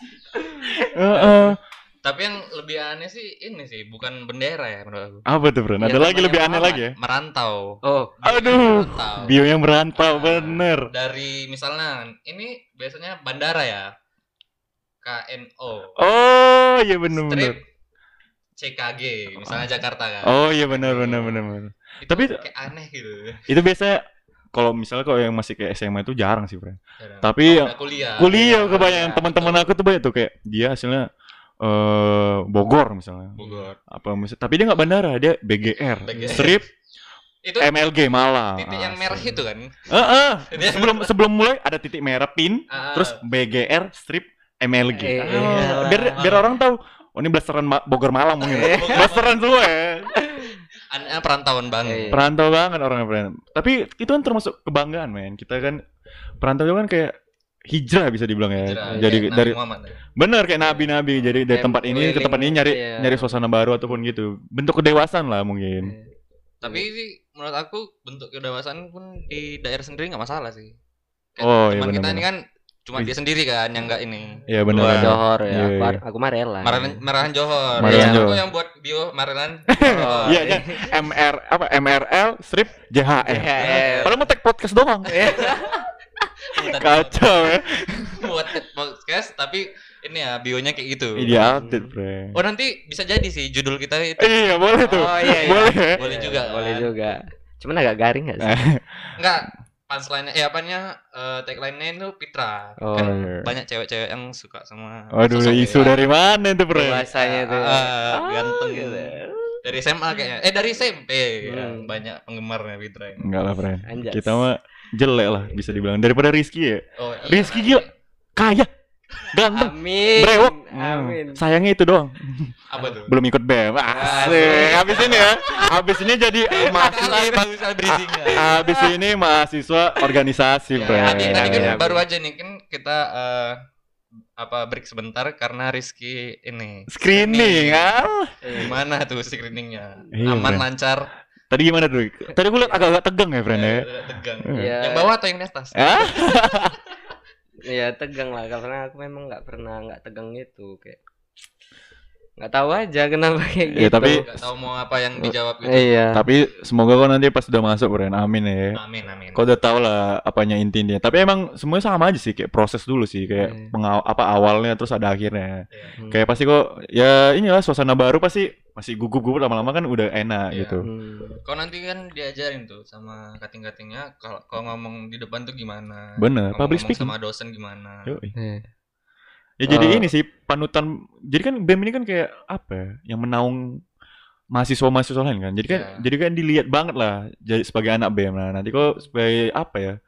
Speaker 1: Heeh.
Speaker 3: Tapi yang lebih aneh sih ini sih, bukan bendera ya menurut aku.
Speaker 1: Apa tuh, Bro? Ada
Speaker 3: Yang
Speaker 1: lagi
Speaker 3: namanya
Speaker 1: lebih aneh
Speaker 3: Muhammad,
Speaker 1: lagi ya?
Speaker 3: Merantau.
Speaker 2: Oh,
Speaker 1: Aduh,
Speaker 3: Merantau.
Speaker 1: bio yang merantau bener.
Speaker 3: Dari misalnya ini biasanya bandara ya. K N O.
Speaker 1: Oh, iya bener bener.
Speaker 3: Strip C K G misalnya Jakarta kan.
Speaker 1: Oh, iya bener bener bener bener.
Speaker 3: Itu
Speaker 1: tapi-
Speaker 3: kayak aneh gitu.
Speaker 1: Itu biasanya kalau misalnya kalau yang masih kayak S M A itu jarang sih, Bro.
Speaker 3: Jarang.
Speaker 1: Tapi
Speaker 3: Oh,
Speaker 1: yang
Speaker 3: udah kuliah.
Speaker 1: kuliah
Speaker 3: Iya,
Speaker 1: kebanyakan
Speaker 3: iya,
Speaker 1: teman-teman aku tuh banyak tuh kayak dia hasilnya eh Bogor misalnya.
Speaker 3: betul. Bogor.
Speaker 1: Apa misalnya, tapi dia nggak bandara, dia B G R,
Speaker 3: B G R.
Speaker 1: strip
Speaker 3: Itu
Speaker 1: M L G Malang.
Speaker 3: titik yang merah itu kan.
Speaker 1: Heeh. Sebelum sebelum mulai ada titik merah pin,
Speaker 3: Ah.
Speaker 1: terus B G R strip M L G.
Speaker 2: Eh,
Speaker 1: Ah,
Speaker 2: iya.
Speaker 1: biar biar orang tahu, oh ini blasteran Ma- Bogor Malang mungkin. Blasteran semua ya.
Speaker 3: Aneh perantauan banget.
Speaker 2: Iya.
Speaker 1: Perantau banget orangnya, friend. Tapi itu kan termasuk kebanggaan, men. Kita kan perantau kan kayak hijrah bisa dibilang ya.
Speaker 3: Hijrah,
Speaker 1: Jadi
Speaker 3: kayak Nabi
Speaker 1: dari
Speaker 3: Muhammad.
Speaker 1: bener kayak nabi-nabi. Jadi dari
Speaker 2: Kayak
Speaker 1: tempat ini ke tempat ini nyari
Speaker 2: keliling, iya.
Speaker 1: nyari suasana baru ataupun gitu. Bentuk kedewasaan lah mungkin.
Speaker 3: Tapi sih menurut aku bentuk kedewasaan pun di daerah sendiri nggak masalah sih. Kayak
Speaker 1: Oh, iya
Speaker 3: teman kita
Speaker 1: benar-benar.
Speaker 3: ini kan cuma dia sendiri kan yang nggak ini.
Speaker 1: Iya
Speaker 2: Keluar
Speaker 1: benar.
Speaker 2: Johor ya.
Speaker 1: Iya,
Speaker 2: Aku,
Speaker 1: iya.
Speaker 2: aku mah rela.
Speaker 3: Marahan Marahan Johor.
Speaker 1: Marahan
Speaker 3: Iya,
Speaker 1: Johor.
Speaker 3: aku yang buat bio Marahan.
Speaker 2: Oh,
Speaker 1: Iya, iya. M R apa M R L strip J H R.
Speaker 2: J H R.
Speaker 1: Padahal mau tag podcast doang.
Speaker 3: Buat-
Speaker 1: Kacau ya.
Speaker 3: buat podcast tapi ini ya bionya kayak gitu.
Speaker 1: Iya update, Bre.
Speaker 3: Oh nanti bisa jadi sih judul kita itu.
Speaker 1: Iya, boleh tuh.
Speaker 2: Oh, iya, iya.
Speaker 1: Boleh.
Speaker 3: Boleh juga.
Speaker 2: Boleh
Speaker 3: kan?
Speaker 2: juga. Cuman agak garing gak sih?
Speaker 3: Enggak, punchline eh apanya eh, tagline-nya itu Pitra.
Speaker 2: Oh,
Speaker 3: Kan
Speaker 1: iya.
Speaker 3: banyak cewek-cewek yang suka sama
Speaker 1: Waduh,
Speaker 3: sosok
Speaker 1: isu
Speaker 3: Pitra.
Speaker 1: dari mana itu, Bre?
Speaker 2: Bahasanya tuh.
Speaker 3: Ah, ganteng
Speaker 2: gitu.
Speaker 3: Dari S M A kayaknya. Eh dari S M P ya,
Speaker 2: Hmm.
Speaker 3: banyak penggemarnya Pitra ini.
Speaker 1: Enggak lah, Bre.
Speaker 2: Anjas.
Speaker 1: Kita mah jelek lah bisa dibilang daripada Rizky ya.
Speaker 3: Oh, iya.
Speaker 1: Rizky gila, kaya, ganteng,
Speaker 2: Amin.
Speaker 1: brewok.
Speaker 2: Amin.
Speaker 1: Hmm, sayangnya itu doang.
Speaker 3: Apa tuh?
Speaker 1: Belum ikut B E M. Asik. Habis ini ya. Habis ini jadi
Speaker 3: Kali
Speaker 1: mahasiswa.
Speaker 3: bagus kali bridging.
Speaker 1: Habis ini mahasiswa organisasi,
Speaker 3: Ya,
Speaker 1: Bre.
Speaker 3: tadi tadi kan
Speaker 2: iya,
Speaker 3: baru aja nih kan kita eh, apa break sebentar karena Rizky ini
Speaker 1: Screening, ah.
Speaker 3: gimana tuh screeningnya?
Speaker 1: Iya,
Speaker 3: Aman
Speaker 1: Bro.
Speaker 3: lancar?
Speaker 1: Tadi gimana tuh? Tadi gue liat agak-agak tegang ya, friend ya.
Speaker 3: Eh, tegang.
Speaker 2: Iya.
Speaker 3: Yang bawah atau yang di atas?
Speaker 1: Ah?
Speaker 2: Iya tegang lah karena aku memang nggak pernah nggak tegang gitu kayak nggak tahu aja kenapa kayak
Speaker 1: Ya,
Speaker 2: gitu.
Speaker 1: tapi-
Speaker 3: Gak tahu mau apa yang dijawab gitu.
Speaker 2: Iya.
Speaker 1: Tapi semoga kok nanti pas udah masuk, friend. Amin ya.
Speaker 3: Amin amin.
Speaker 1: Kau udah tau lah apanya intinya. Tapi emang semuanya sama aja sih, kayak proses dulu sih, kayak
Speaker 2: Iya.
Speaker 1: pengaw- apa awalnya terus ada akhirnya.
Speaker 3: Iya.
Speaker 2: Hmm.
Speaker 1: Kayak pasti kok ya inilah suasana baru pasti masih gugup-gugup lama-lama kan udah enak
Speaker 3: Iya.
Speaker 1: gitu.
Speaker 2: Hmm.
Speaker 3: Kau nanti kan diajarin tuh sama kating-katingnya kalau kau ngomong di depan tuh gimana.
Speaker 1: Bener,
Speaker 3: Kau
Speaker 1: public
Speaker 3: ngomong
Speaker 1: speaking.
Speaker 3: sama dosen gimana.
Speaker 1: Yoi.
Speaker 2: Iya.
Speaker 1: Ya jadi
Speaker 2: Eh.
Speaker 1: ini sih panutan. Jadi kan B E M ini kan kayak apa ya? Yang menaung mahasiswa-mahasiswa lain kan. Jadi kan
Speaker 3: Iya.
Speaker 1: jadi kan dilihat banget lah jadi sebagai anak B E M. Nah, nanti kok sebagai apa ya?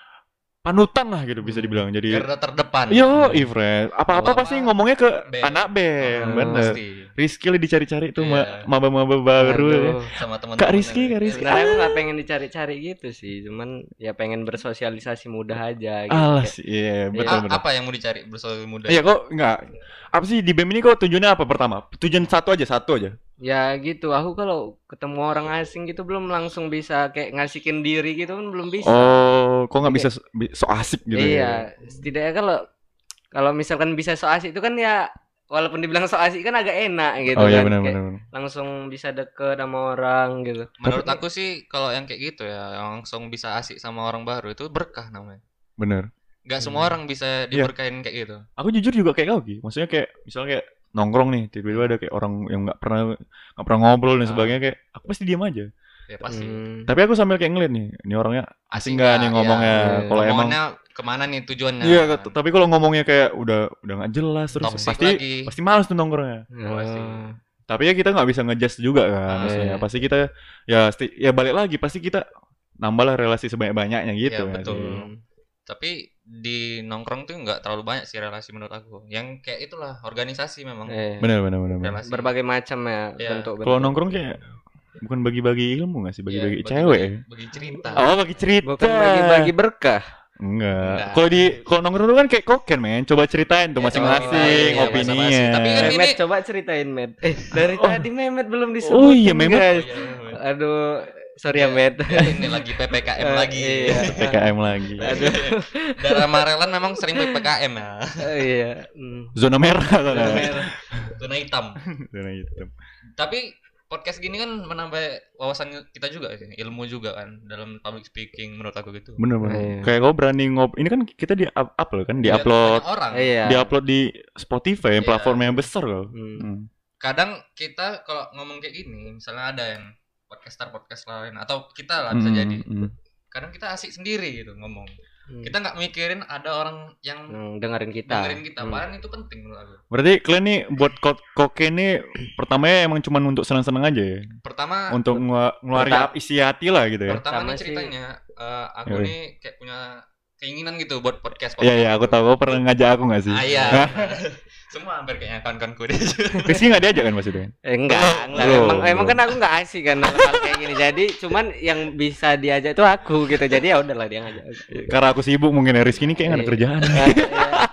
Speaker 1: Panutan lah gitu bisa dibilang. Jadi
Speaker 3: Garda terdepan.
Speaker 1: yo, Ifred, apa-apa
Speaker 3: Apa-apa
Speaker 1: pasti ngomongnya ke
Speaker 3: B E M.
Speaker 1: anak B E M,
Speaker 3: Oh,
Speaker 1: bener.
Speaker 3: pasti.
Speaker 1: Rizky lah dicari-cari tuh
Speaker 3: Iya.
Speaker 1: ma- maba-maba baru. ya.
Speaker 2: Aduh.
Speaker 3: Sama teman-teman.
Speaker 1: Kak Rizky, Kak
Speaker 2: Ya,
Speaker 1: Rizky.
Speaker 2: sebenarnya aku nggak pengen dicari-cari gitu sih, cuman ya pengen bersosialisasi mudah aja gitu.
Speaker 1: Alas,
Speaker 2: Kayak-
Speaker 1: iya
Speaker 3: Ah,
Speaker 1: betul-betul.
Speaker 3: apa yang mau dicari bersosial muda?
Speaker 1: Iya kok enggak. Apa sih di B E M ini kok tujuannya apa pertama? Tujuan satu aja, satu aja.
Speaker 2: Ya gitu, aku kalau ketemu orang asing gitu belum langsung bisa kayak ngasihin diri gitu kan belum bisa.
Speaker 1: Oh, kok nggak bisa so, bi- so asik gitu ya?
Speaker 2: Iya, setidaknya kalau kalau misalkan bisa so asik itu kan ya walaupun dibilang so asik kan agak enak gitu
Speaker 1: Oh iya
Speaker 2: kan.
Speaker 1: benar
Speaker 2: Kayak
Speaker 1: benar.
Speaker 2: langsung bisa deket sama orang gitu.
Speaker 3: Menurut aku sih kalau yang kayak gitu ya, yang langsung bisa asik sama orang baru itu berkah namanya.
Speaker 1: Benar.
Speaker 3: Gak
Speaker 2: Hmm.
Speaker 3: semua orang bisa
Speaker 1: Iya.
Speaker 3: diberkahin kayak gitu.
Speaker 1: Aku jujur juga kayak kau Gi. Maksudnya kayak misalnya kayak nongkrong nih, tiba-tiba ada kayak orang yang nggak pernah nggak pernah ngobrol dan
Speaker 3: Ah.
Speaker 1: sebagainya, kayak aku pasti diam aja.
Speaker 3: Ya pasti.
Speaker 2: Hmm.
Speaker 1: Tapi aku sambil kayak ngeliat nih, ini orangnya asing nggak nih
Speaker 3: Iya.
Speaker 1: ngomongnya.
Speaker 2: Iya.
Speaker 1: Kalau emang
Speaker 3: Ngomongannya kemana nih tujuannya?
Speaker 1: iya, t- tapi kalau ngomongnya kayak udah udah nggak jelas terus
Speaker 3: Toxic
Speaker 1: pasti
Speaker 3: lagi.
Speaker 1: pasti males tuh nongkrongnya.
Speaker 3: Pasti.
Speaker 2: Oh.
Speaker 1: Tapi ya kita nggak bisa ngejudge juga kan,
Speaker 3: Ah,
Speaker 1: maksudnya
Speaker 2: iya.
Speaker 1: pasti kita ya sti- ya balik lagi pasti kita nambahlah relasi sebanyak-banyaknya gitu.
Speaker 3: Iya,
Speaker 1: nggak
Speaker 3: betul.
Speaker 1: sih?
Speaker 2: Hmm.
Speaker 3: Tapi di nongkrong tuh nggak terlalu banyak sih relasi menurut aku. Yang kayak itulah organisasi memang.
Speaker 2: Eh,
Speaker 1: Benar benar benar. benar.
Speaker 3: Relasi.
Speaker 2: berbagai macam ya
Speaker 3: Iya.
Speaker 2: bentuk-bentuk.
Speaker 1: Kalau nongkrong kayak bukan bagi-bagi ilmu nggak sih,
Speaker 3: Iya,
Speaker 1: bagi-bagi
Speaker 3: bagi-
Speaker 1: cewek ya?
Speaker 3: Bagi cerita.
Speaker 1: Oh, bagi cerita.
Speaker 2: bukan bagi-bagi berkah.
Speaker 1: Enggak.
Speaker 3: Enggak.
Speaker 1: Kalau di kalau nongkrong tuh kan kayak koken, men. Coba ceritain tuh
Speaker 3: Iya,
Speaker 1: masing-masing
Speaker 3: coba ceritain, iya,
Speaker 1: opininya.
Speaker 3: basa-basi. Tapi kan
Speaker 2: Memet
Speaker 3: ini-
Speaker 2: coba ceritain Met. Eh dari
Speaker 1: Oh.
Speaker 2: tadi Memet belum disebut.
Speaker 1: Oh iya, Memet.
Speaker 3: Oh,
Speaker 2: guys.
Speaker 3: iya, iya.
Speaker 2: Aduh, sorry ya
Speaker 3: Iya.
Speaker 2: Met.
Speaker 3: Ya, ini lagi P P K M
Speaker 2: Eh,
Speaker 3: lagi.
Speaker 2: iya.
Speaker 1: P K M lagi.
Speaker 2: Aduh.
Speaker 3: Daerah Marelan memang sering P P K M ya.
Speaker 2: Oh, iya. Hmm.
Speaker 1: Zona merah kan.
Speaker 2: Merah.
Speaker 3: Zona hitam.
Speaker 1: Zona hitam.
Speaker 3: Tapi podcast gini kan menambah wawasan kita juga sih, ilmu juga kan dalam public speaking menurut aku gitu.
Speaker 1: Bener bener.
Speaker 2: Iya.
Speaker 1: Kayak kau berani ngob. Ini kan kita di up, upload kan, di
Speaker 3: Lihat
Speaker 1: upload,
Speaker 3: banyak orang.
Speaker 2: Iya.
Speaker 1: di upload di Spotify, yang
Speaker 3: Iya.
Speaker 1: platform yang besar loh.
Speaker 2: Hmm.
Speaker 1: Hmm.
Speaker 3: Kadang kita kalau ngomong kayak gini, misalnya ada yang podcaster podcast lain atau kita lah bisa
Speaker 1: Hmm,
Speaker 3: jadi.
Speaker 1: hmm.
Speaker 3: Kadang kita asik sendiri gitu ngomong.
Speaker 2: Hmm.
Speaker 3: Kita nggak mikirin ada orang yang
Speaker 2: Hmm, dengerin kita.
Speaker 3: dengerin kita.
Speaker 2: Hmm.
Speaker 3: Padahal itu penting menurut aku.
Speaker 1: Berarti kalian nih buat ko- koke nih pertamanya emang cuma untuk senang-senang aja ya?
Speaker 3: Pertama,
Speaker 1: Untuk ngelu- ngeluarin
Speaker 2: Pertama-
Speaker 1: isi hati lah gitu ya?
Speaker 3: pertama
Speaker 2: Pertama
Speaker 3: nih
Speaker 2: sih-
Speaker 3: ceritanya eh, aku
Speaker 1: Yoi.
Speaker 3: nih kayak punya keinginan gitu buat podcast.
Speaker 1: Iya iya, aku tahu. Kau pernah ngajak aku nggak sih?
Speaker 3: Ah, iya. Semua hampir kayaknya kawan-kawanku deh.
Speaker 1: Rizky nggak diajak kan pas itu?
Speaker 2: Eh, enggak, enggak.
Speaker 1: Belum,
Speaker 2: Emang, emang
Speaker 1: belum.
Speaker 2: kan aku enggak asik kan hal kayak gini. Jadi cuman yang bisa diajak itu aku gitu. Jadi ya udahlah dia ngajak. aku.
Speaker 1: Karena aku sibuk mungkin ya. Rizky ini kayak nggak ada
Speaker 2: Iya.
Speaker 1: kerjaan.
Speaker 2: Iya, iya.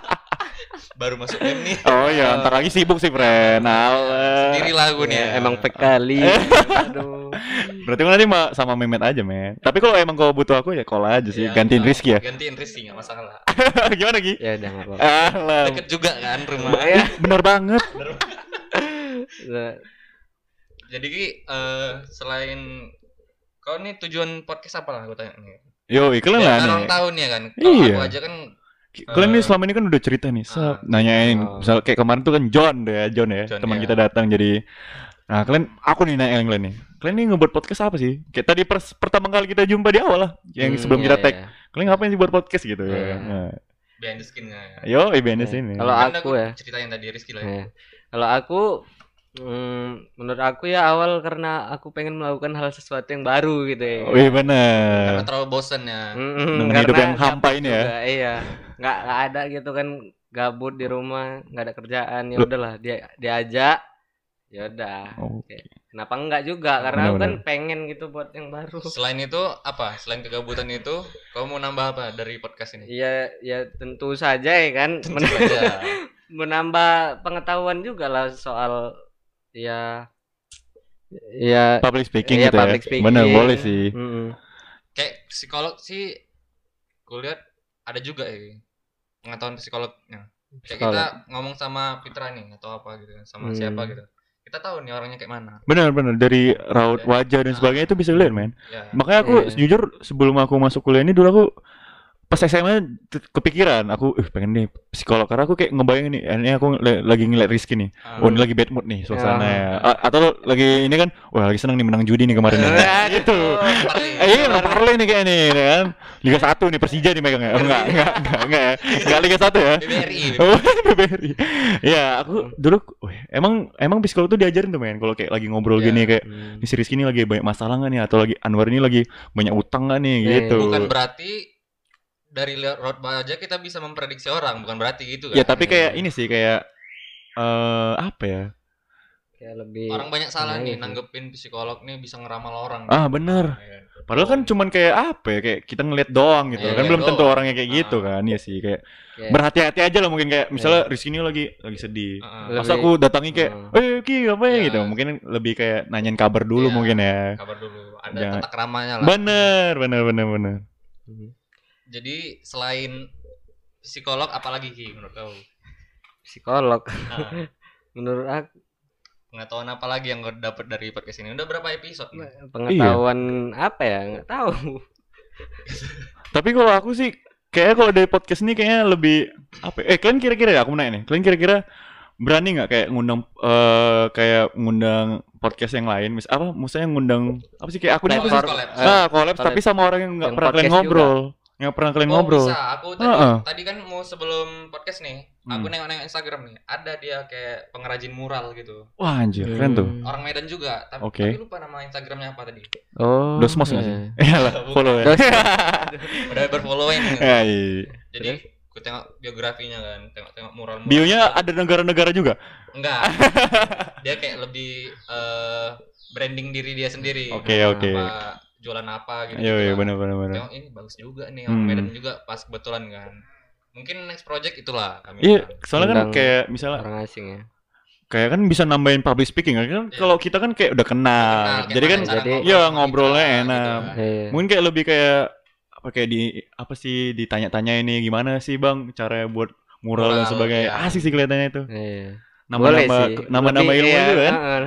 Speaker 3: Baru masuk M nih.
Speaker 1: Oh iya, ntar lagi sibuk sih, friend. Alah.
Speaker 3: Sendiri lah gue nih.
Speaker 2: Ya,
Speaker 3: ya.
Speaker 2: emang pekali. Aduh.
Speaker 1: Berarti kau nanti ma- sama Memet aja, men. Tapi kalau emang kau butuh aku ya call aja sih.
Speaker 3: Iya,
Speaker 1: Gantiin
Speaker 3: iya.
Speaker 1: Rizky ya.
Speaker 3: Gantiin Rizky nggak masalah.
Speaker 1: Gimana Ki?
Speaker 2: Ya udah enggak apa-apa.
Speaker 1: Alah.
Speaker 3: Deket juga kan rumah.
Speaker 2: Ya.
Speaker 1: Bener banget.
Speaker 2: Nah,
Speaker 3: Jadi Ki, eh, selain kau nih tujuan podcast apa lah aku tanya nih.
Speaker 1: Yo, kalian lah
Speaker 3: Biar
Speaker 1: nih.
Speaker 3: orang tahu nih ya kan. Kalau
Speaker 1: Iya.
Speaker 3: aku aja kan
Speaker 1: Kalian nih
Speaker 3: Eh,
Speaker 1: selama ini kan udah cerita nih,
Speaker 3: ah.
Speaker 1: Sep, nanyain,
Speaker 2: Oh.
Speaker 1: misal kayak kemarin tuh kan John deh, John ya,
Speaker 3: John,
Speaker 1: teman
Speaker 3: ya.
Speaker 1: kita datang jadi, nah kalian, aku nih nanya kalian nih, kalian nih ngebuat podcast apa sih? Kayak tadi pers- pertama kali kita jumpa di awal lah, yang
Speaker 2: hmm,
Speaker 1: sebelum
Speaker 2: iya,
Speaker 1: kita tag,
Speaker 2: iya.
Speaker 1: kalian ngapain sih buat podcast gitu ya?
Speaker 2: Iya.
Speaker 1: Nah,
Speaker 3: behind the skin ya.
Speaker 1: yo, I B N S
Speaker 2: Iya.
Speaker 1: ini.
Speaker 2: Kalau
Speaker 3: Kan
Speaker 2: aku ya.
Speaker 3: ceritain tadi Rizky lah. Ya.
Speaker 2: Iya. Kalau aku hmm, menurut aku ya awal karena aku pengen melakukan hal sesuatu yang baru gitu ya.
Speaker 1: Wih
Speaker 3: Karena
Speaker 1: bener.
Speaker 3: terlalu bosen ya.
Speaker 2: Mm-mm,
Speaker 1: Dengan hidup
Speaker 2: karena
Speaker 1: yang hampa
Speaker 2: gabut
Speaker 1: ini ya.
Speaker 2: juga, iya. Nggak nggak ada gitu kan gabut di rumah, nggak ada kerjaan. Ya
Speaker 1: Loh.
Speaker 2: udahlah dia diajak. Ya udah.
Speaker 1: Oh.
Speaker 2: Kayak kenapa enggak juga? Karena aku kan
Speaker 1: Benar-benar.
Speaker 2: pengen gitu buat yang baru.
Speaker 3: Selain itu apa? Selain kegabutan itu, kamu mau nambah apa dari podcast ini?
Speaker 2: Iya, ya tentu saja ya kan.
Speaker 3: Tentu saja.
Speaker 2: Menambah pengetahuan juga lah soal ya ya
Speaker 1: Public speaking
Speaker 2: Iya,
Speaker 1: gitu ya.
Speaker 2: public speaking.
Speaker 1: Bener, boleh sih.
Speaker 2: mm,
Speaker 3: Kayak psikolog sih, gue lihat ada juga ya pengetahuan psikolognya. Kayak
Speaker 2: Psikolog.
Speaker 3: kita ngomong sama Fitra nih atau apa gitu kan, sama
Speaker 2: Hmm.
Speaker 3: siapa gitu. Kita tahu nih orangnya kayak mana.
Speaker 1: Bener-bener dari raut wajah dan sebagainya itu bisa dilihat, men.
Speaker 3: Ya.
Speaker 1: Makanya aku
Speaker 2: Iya.
Speaker 1: jujur sebelum aku masuk kuliah ini dulu aku pas S M A t- kepikiran aku eh pengen nih psikolog karena aku kayak ngebayangin nih ini aku le- lagi ngeliat Rizky nih.
Speaker 3: Ah.
Speaker 1: Oh, ini lagi bad mood nih suasana
Speaker 2: Ya.
Speaker 1: ya. A- atau lagi ini kan wah lagi seneng nih menang judi nih kemarin nih.
Speaker 2: Ya,
Speaker 1: gitu.
Speaker 3: Parli.
Speaker 1: Eh, iya, menang parlay nih kayak nih ya kan. Liga satu nih Persija nih megangnya. Oh, enggak, enggak, enggak, enggak, ya. Enggak Liga satu ya.
Speaker 3: B B R I.
Speaker 1: Oh, B B R I. Ya, aku dulu wih, emang emang psikolog tuh diajarin tuh men kalau kayak lagi ngobrol
Speaker 3: Iya.
Speaker 1: gini kayak
Speaker 2: Hmm.
Speaker 1: ini si Rizky ini lagi banyak masalah nggak nih atau lagi Anwar ini lagi banyak utang nggak nih
Speaker 2: Eh,
Speaker 1: gitu.
Speaker 3: Bukan berarti dari lihat road aja kita bisa memprediksi orang, bukan berarti gitu kan.
Speaker 1: Ya tapi kayak ini sih kayak eh apa ya?
Speaker 2: Kayak lebih
Speaker 3: Orang banyak salah
Speaker 2: Iya,
Speaker 3: nih
Speaker 2: iya.
Speaker 3: nanggepin psikolog nih bisa ngeramal orang.
Speaker 1: Ah bener.
Speaker 3: Nah, iya.
Speaker 1: Padahal kan cuman kayak apa ya kayak kita ngeliat doang gitu
Speaker 3: Iya,
Speaker 1: kan
Speaker 3: lihat
Speaker 1: belum tentu
Speaker 3: doang.
Speaker 1: orangnya kayak gitu
Speaker 3: Ah.
Speaker 1: kan ya sih kayak
Speaker 2: kayak
Speaker 1: berhati-hati aja lah mungkin kayak misalnya Rizky ini lagi lagi sedih.
Speaker 3: Heeh.
Speaker 1: Pas
Speaker 2: Lebih-
Speaker 1: aku datangi kayak,
Speaker 2: Hmm.
Speaker 1: eh Ki apa ya
Speaker 3: Iya.
Speaker 1: gitu. Mungkin lebih kayak nanyain kabar dulu
Speaker 3: Iya,
Speaker 1: mungkin ya.
Speaker 3: Kabar dulu. Ada
Speaker 1: Jangan-
Speaker 3: tata keramanya lah.
Speaker 1: Bener, bener, bener, bener.
Speaker 2: Hmm.
Speaker 3: Jadi selain psikolog apalagi Ki menurut kau?
Speaker 2: psikolog.
Speaker 3: Nah,
Speaker 2: Menurut aku
Speaker 3: pengetahuan apa lagi yang kau dapat dari podcast ini? Udah berapa episode nih?
Speaker 2: pengetahuan apa ya? Nggak tahu.
Speaker 1: Tapi kalau aku sih kayaknya kalau dari podcast ini kayaknya lebih apa? ya? Eh kalian kira-kira ya aku mau nanya nih. Kalian kira-kira berani nggak kayak ngundang eh kayak ngundang podcast yang lain? Mis apa? Maksudnya ngundang apa sih kayak aku nih apa sih?
Speaker 2: Platform.
Speaker 3: Collab.
Speaker 2: Eh,
Speaker 1: Ah, collab
Speaker 2: collab.
Speaker 1: tapi sama orang yang nggak
Speaker 2: Yang
Speaker 1: pernah kalian
Speaker 2: podcast
Speaker 1: ngobrol. Yang pernah kalian
Speaker 3: Oh
Speaker 1: ngobrol.
Speaker 3: bisa, aku tadi,
Speaker 1: Heeh.
Speaker 3: tadi kan mau sebelum podcast nih, aku
Speaker 1: Hmm.
Speaker 3: nengok-nengok Instagram nih, ada dia kayak pengrajin mural gitu.
Speaker 1: Wah anjir, keren tuh.
Speaker 2: Hmm.
Speaker 3: Orang Medan juga, tapi,
Speaker 1: Oke.
Speaker 3: tapi lupa nama Instagramnya apa tadi.
Speaker 2: Oh.
Speaker 1: Dosmos nggak sih?
Speaker 2: iya.
Speaker 1: Iyalah, follow ya.
Speaker 2: Dos-
Speaker 3: Udah berfollowing gitu.
Speaker 1: Ya, iya.
Speaker 3: Jadi aku tengok biografinya kan, tengok-tengok mural-mural.
Speaker 1: Bionya ada negara-negara juga.
Speaker 3: Enggak. Dia kayak lebih eh, branding diri dia sendiri.
Speaker 1: Oke,
Speaker 2: Nah,
Speaker 1: oke.
Speaker 3: Apa jualan apa gitu.
Speaker 1: Iya, iya,
Speaker 3: lah.
Speaker 1: benar benar benar.
Speaker 3: Tengok ini bagus juga nih orang
Speaker 1: Hmm.
Speaker 3: Medan juga pas kebetulan kan. Mungkin next project itulah kami.
Speaker 1: Iya,
Speaker 3: kan.
Speaker 1: soalnya kan
Speaker 2: Undang
Speaker 1: kayak misalnya
Speaker 2: orang asing ya.
Speaker 1: kayak kan bisa nambahin public speaking kan
Speaker 3: Iya.
Speaker 1: kalau kita kan kayak udah kenal.
Speaker 3: Kenal, kayak
Speaker 1: Jadi kan
Speaker 3: mana cara
Speaker 2: jadi-
Speaker 3: ngobrol
Speaker 1: ya
Speaker 3: sama
Speaker 1: ngobrolnya
Speaker 3: kita,
Speaker 1: enak.
Speaker 3: gitu kan.
Speaker 2: Iya.
Speaker 1: Mungkin kayak lebih kayak apa kayak di apa sih ditanya-tanya ini gimana sih Bang cara buat mural, dan
Speaker 3: Mural,
Speaker 1: sebagainya.
Speaker 3: iya.
Speaker 1: Asik sih kelihatannya itu.
Speaker 2: Iya.
Speaker 1: Nama-nama
Speaker 2: Boleh sih.
Speaker 1: nama-nama
Speaker 2: Lebih,
Speaker 1: ilmu
Speaker 2: iya,
Speaker 1: juga kan.
Speaker 2: heeh.